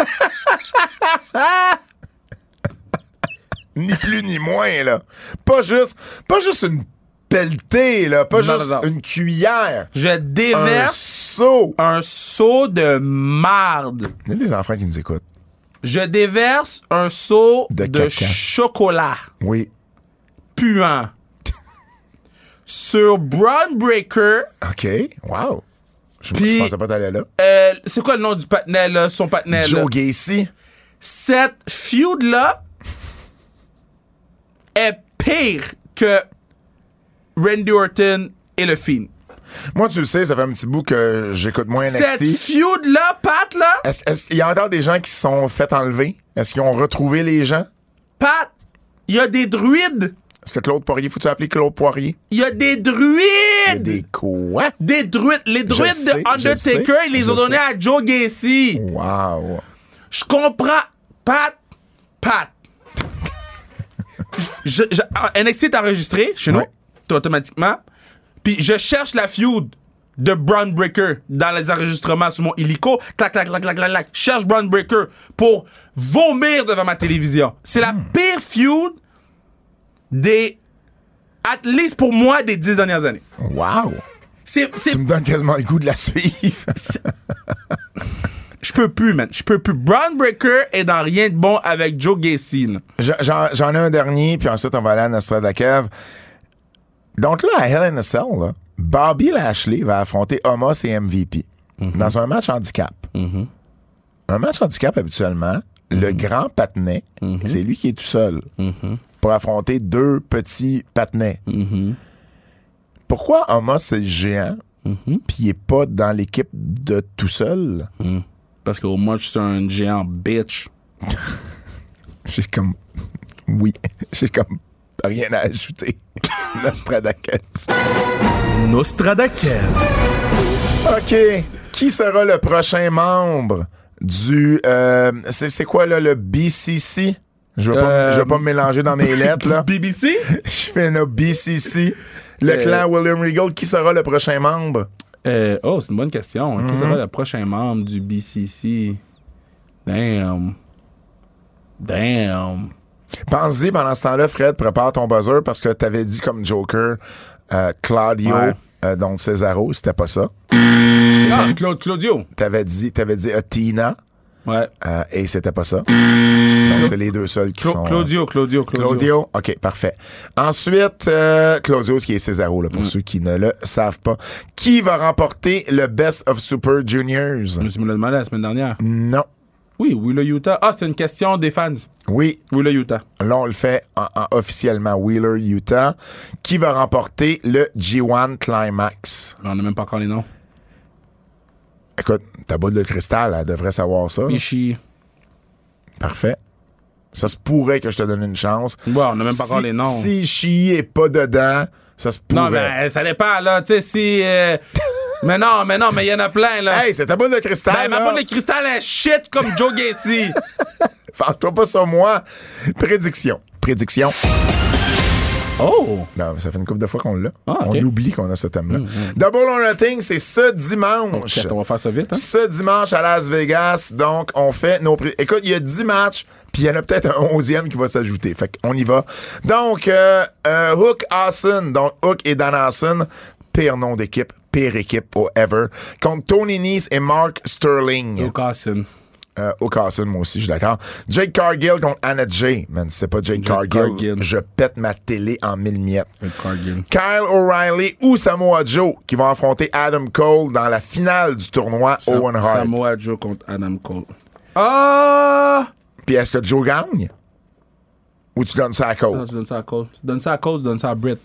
Ni plus ni moins, là. Pas juste une pelletée, là. Pas Non, juste non. une cuillère. Je Un déverse seau. un saut de marde. Il y a des enfants qui nous écoutent. Je déverse un saut De de caca. chocolat Oui. puant sur Braun Breaker. OK. Wow. Je Puis- pensais pas t'aller là. C'est quoi le nom du patinet, là? Son patinet, là? Joe Gacy. Cette feud-là est pire que Randy Orton et le Fiend. Moi, tu le sais, ça fait un petit bout que j'écoute moins Cette NXT. feud-là, Pat, là, Est-ce qu'il y a encore des gens qui se sont fait enlever? Est-ce qu'ils ont retrouvé les gens? Pat, il y a des druides. Est-ce que Claude Poirier, faut-tu appeler Claude Poirier? Il y a des Il y a druides. des quoi? Des druides. Les druides sais, de Undertaker, ils les ont donnés à Joe Gacy. Wow. Je comprends. Pat. NXT est enregistré chez nous, Ouais. automatiquement. Puis je cherche la feud de Braun Breaker dans les enregistrements sur mon illico. Clac. Je cherche Braun Breaker pour vomir devant ma télévision. C'est la pire feud des... At least pour moi, des 10 dernières années. Wow. C'est... Tu me donnes quasiment le goût de la suivre. Je peux plus, man. Je peux plus. Braun Breaker est dans rien de bon avec Joe Gacy, là. J'en ai un dernier, puis ensuite, on va aller à Nostradakev. Donc là, à Hell in a Cell, là, Bobby Lashley va affronter Omos et MVP dans un match handicap. Un match handicap, habituellement, le grand patinet, c'est lui qui est tout seul pour affronter deux petits patinets. Pourquoi Omos, c'est le géant, puis il est pas dans l'équipe de tout seul? Parce qu'au moins, je suis un géant bitch. J'ai comme... Oui, j'ai comme rien à ajouter. Nostradakev. Nostradakev. OK. Qui sera le prochain membre C'est quoi, là, le BCC? Je vais pas me mélanger dans mes lettres, là. BBC? Je fais un BCC. Le clan William Regal, qui sera le prochain membre? C'est une bonne question. Qui sera le prochain membre du BCC? Damn. Pense-y pendant ce temps-là, Fred, prépare ton buzzer parce que t'avais dit comme Joker Claudio, donc Cesaro, c'était pas ça. Claudio. T'avais dit Tina. Ouais. Et c'était pas ça. Donc, c'est les deux seuls qui sont... Claudio. OK, parfait. Ensuite, Claudio, qui est Cesaro, là, pour ceux qui ne le savent pas. Qui va remporter le Best of Super Juniors? Je me suis demandé la semaine dernière. Non. Oui, Wheeler Utah. Ah, c'est une question des fans. Oui. Wheeler Utah. Là, on le fait officiellement. Wheeler Utah. Qui va remporter le G1 Climax? On n'a même pas encore les noms. Écoute, ta boule de cristal, elle devrait savoir ça. Ishii. Parfait. Ça se pourrait que je te donne une chance. Ouais, on n'a même pas encore les noms. Si Ishii est pas dedans, ça se pourrait. Non, mais ça dépend, là. Tu sais, si... Mais non, il y en a plein, là. Hey, c'est ta boule de cristal, Ben, ma boule de cristal est shit comme Joe Gacy. Fâche-toi pas sur moi. Prédiction. Oh! Non, ça fait une couple de fois qu'on l'a. Ah, OK. On oublie qu'on a ce thème-là. Double or Nothing, c'est ce dimanche. Okay, on va faire ça vite, hein? Ce dimanche à Las Vegas. Donc, on fait nos... Écoute, il y a 10 matchs, puis il y en a peut-être un 11e qui va s'ajouter. Fait qu'on y va. Donc, Hook Awesome. Donc, Hook et Dan Awesome. Pire nom d'équipe. Pire équipe au ever. Contre Tony Nese et Mark Sterling. Joe Carson. Carson, moi aussi, je suis d'accord. Jake Cargill contre Anna Jay. Man, si c'est pas Jake Cargill, je pète ma télé en 1000 miettes. Kyle O'Reilly ou Samoa Joe qui vont affronter Adam Cole dans la finale du tournoi Owen Hart. Samoa Joe contre Adam Cole. Ah! Puis est-ce que Joe gagne? Ou tu donnes ça à Cole? Non, tu donnes ça à Cole. Tu donnes ça à Cole, tu donnes ça à Britt.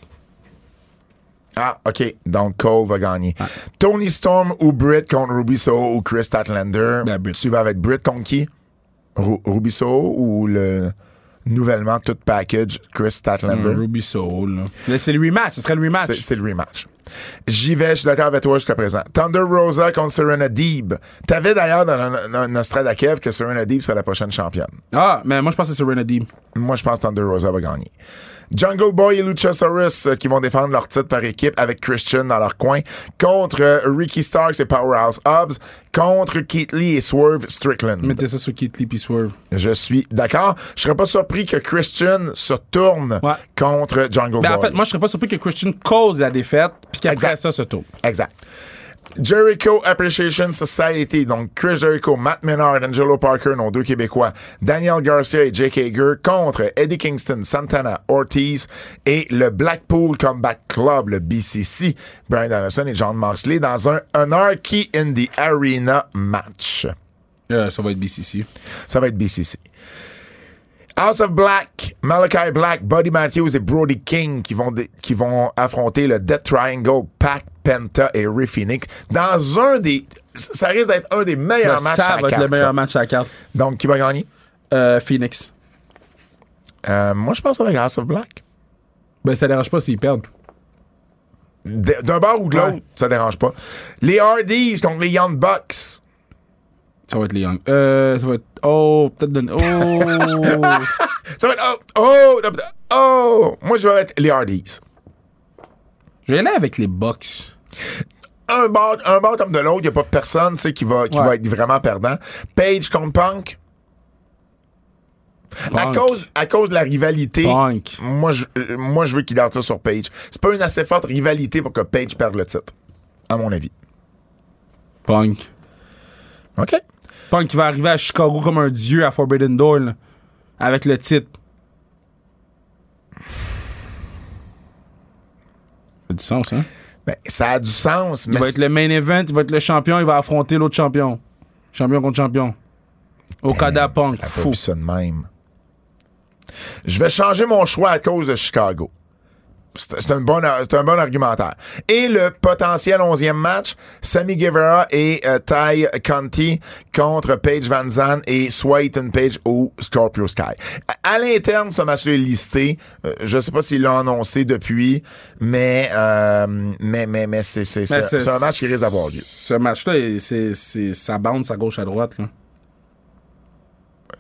Ah, OK. Donc, Cole va gagner. Ah. Tony Storm ou Britt contre Ruby Soho ou Chris Statlander. Ben, Britt. Tu vas avec Britt contre qui? Ruby Soho ou le nouvellement tout package Chris Statlander? Ruby Soho, là. Mais c'est le rematch. Ce serait le rematch. C'est le rematch. J'y vais, je suis d'accord avec toi jusqu'à présent. Thunder Rosa contre Serena Deeb. T'avais d'ailleurs dans Nostrad à Kev que Serena Deeb serait la prochaine championne. Ah, mais moi, je pense que c'est Serena Deeb. Moi, je pense que Thunder Rosa va gagner. Jungle Boy et Luchasaurus qui vont défendre leur titre par équipe avec Christian dans leur coin contre Ricky Starks et Powerhouse Hobbs contre Keith Lee et Swerve Strickland. Mettez ça sur Keith Lee puis Swerve. Je suis d'accord. Je serais pas surpris que Christian se tourne contre Jungle Boy. En fait, moi, je serais pas surpris que Christian cause la défaite puis qu'après ça se tourne. Exact. Jericho Appreciation Society, donc Chris Jericho, Matt Menard, Angelo Parker, nos deux Québécois, Daniel Garcia et Jake Hager contre Eddie Kingston, Santana, Ortiz et le Blackpool Combat Club, le BCC, Brian Danielson et John Moxley dans un Anarchy in the Arena match. Ça va être BCC. Ça va être BCC. House of Black, Malachi Black, Buddy Matthews et Brody King qui vont affronter le Death Triangle, Pac, Penta et Ray Phoenix dans un des... Ça risque d'être un des meilleurs matchs à la carte. Ça va être le meilleur match à la carte. Donc, qui va gagner? Phoenix. Moi, je pense avec House of Black. Ben, ça dérange pas s'ils perdent. D'un bord ou de l'autre, ça dérange pas. Les Hardys contre les Young Bucks. Ça va être les Young. Ça va être... Oh, peut-être donner... Oh! Ça va être... Moi, je vais être les Hardys. Je vais aller avec les Bucks. Un bord comme de l'autre, il n'y a pas personne qui va être vraiment perdant. Page contre Punk. À cause de la rivalité, Punk. moi je veux qu'il garde ça sur Page. C'est pas une assez forte rivalité pour que Page perde le titre, à mon avis. Punk. OK. Punk qui va arriver à Chicago comme un dieu à Forbidden Door, là, avec le titre. Ça a du sens, hein? Ben, ça a du sens, mais... Il va être le main event, il va être le champion, il va affronter l'autre champion. Champion contre champion. Okada Punk. Fou. Ça de même. Je vais changer mon choix à cause de Chicago. C'est un bon argumentaire. Et le potentiel 11e match, Sammy Guevara et Ty Conti contre Paige Van Zandt et Swayton Page ou Scorpio Sky. À l'interne, ce match-là est listé. Je sais pas s'il l'a annoncé depuis, mais c'est un match qui risque d'avoir lieu. Ce match-là, ça bounce à gauche à droite, là.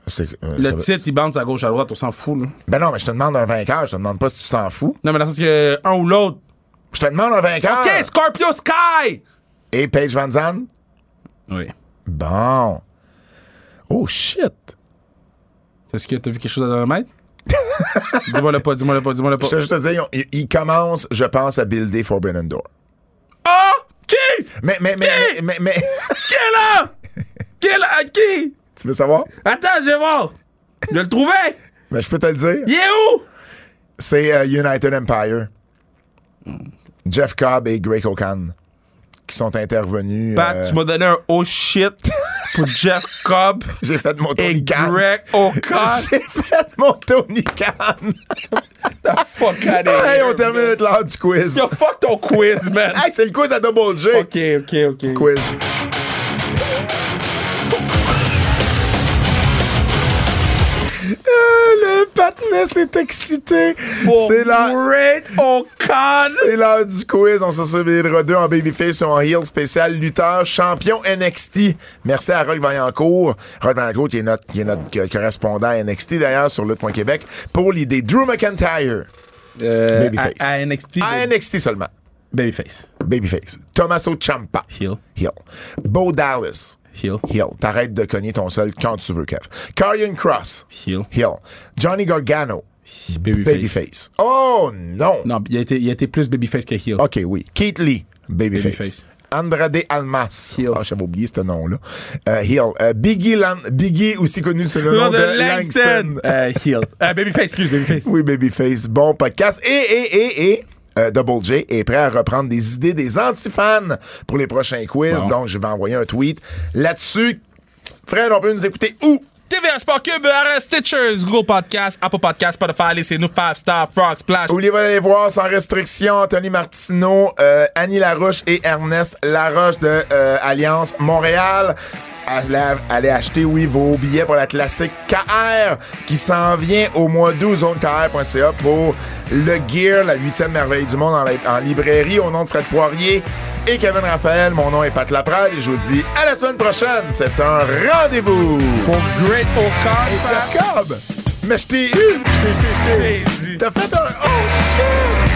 Le titre, il bande à gauche, à droite, on s'en fout, là. Ben non, mais je te demande un vainqueur. Je te demande pas si tu t'en fous. Non, mais dans le sens que un ou l'autre. Je te demande un vainqueur. OK, Scorpio Sky! Et Paige Van Zandt? Oui. Bon. Oh, shit. Est-ce que t'as vu quelque chose dans le maître? Dis-moi-le pas. Je vais juste te dire, ils commencent, je pense, à builder Forbidden Door. Ah! Qui? Mais. Qui est là? Qui? Tu veux savoir? Attends, je vais voir. Je le trouvais. Ben, je peux te le dire. Il est où? C'est United Empire. Jeff Cobb et Greg O'Connor qui sont intervenus. Pat, tu m'as donné un oh shit pour Jeff Cobb J'ai fait mon et Tony Khan. Greg O'Connor. J'ai fait mon Tony Khan. Fuck out of Hey, here, on termine man. avec l'heure du quiz. Yo, fuck ton quiz, man. Hey, c'est le quiz à Double J. OK. Quiz. Le Patness est excité. Pour C'est la... Greg O'Connor. C'est l'heure du quiz. On se souviendra d'eux en Babyface ou en heel spécial lutteur champion NXT. Merci à Rock Vaillancourt. Rock Vaillancourt qui est notre correspondant à NXT d'ailleurs sur Lutte.Québec pour l'idée. Drew McIntyre. Babyface. À NXT. À NXT seulement. Babyface. Babyface. Tommaso Ciampa. Heel. Bo Dallas. Heel. T'arrêtes de cogner ton sol quand tu veux, Kev. Karrion Kross. Heel. Johnny Gargano. Babyface. Babyface. Oh non! Non, il a été plus Babyface que Heel. OK, oui. Keith Lee. Babyface. Babyface. Andrade Almas. Heel. Ah, j'avais oublié ce nom-là. Heel. Biggie, aussi connu sous le nom de Langston. Heel. Babyface, Babyface. Oui, Babyface. Bon podcast. Et Double J est prêt à reprendre des idées des anti-fans pour les prochains quiz. Bon. Donc, je vais envoyer un tweet là-dessus. Fred, on peut nous écouter où? TVA Sport Cube, Stitchers, Google Podcast, Apple Podcast, Spotify, laissez-nous 5 stars, Frog Splash. Oubliez pas d'aller voir sans restriction Anthony Martineau, Annie Larouche et Ernest Laroche de Alliance Montréal. Allez acheter, vos billets pour la classique KR qui s'en vient au mois d'août, zonekr.ca pour le Gear, la 8e merveille du monde en librairie, au nom de Fred Poirier et Kevin Raphaël. Mon nom est Pat Laprade et je vous dis à la semaine prochaine. C'est un rendez-vous Pour Great O'Connor. et Jeff Cobb. Mais je t'ai eu. T'as fait un... Oh shit!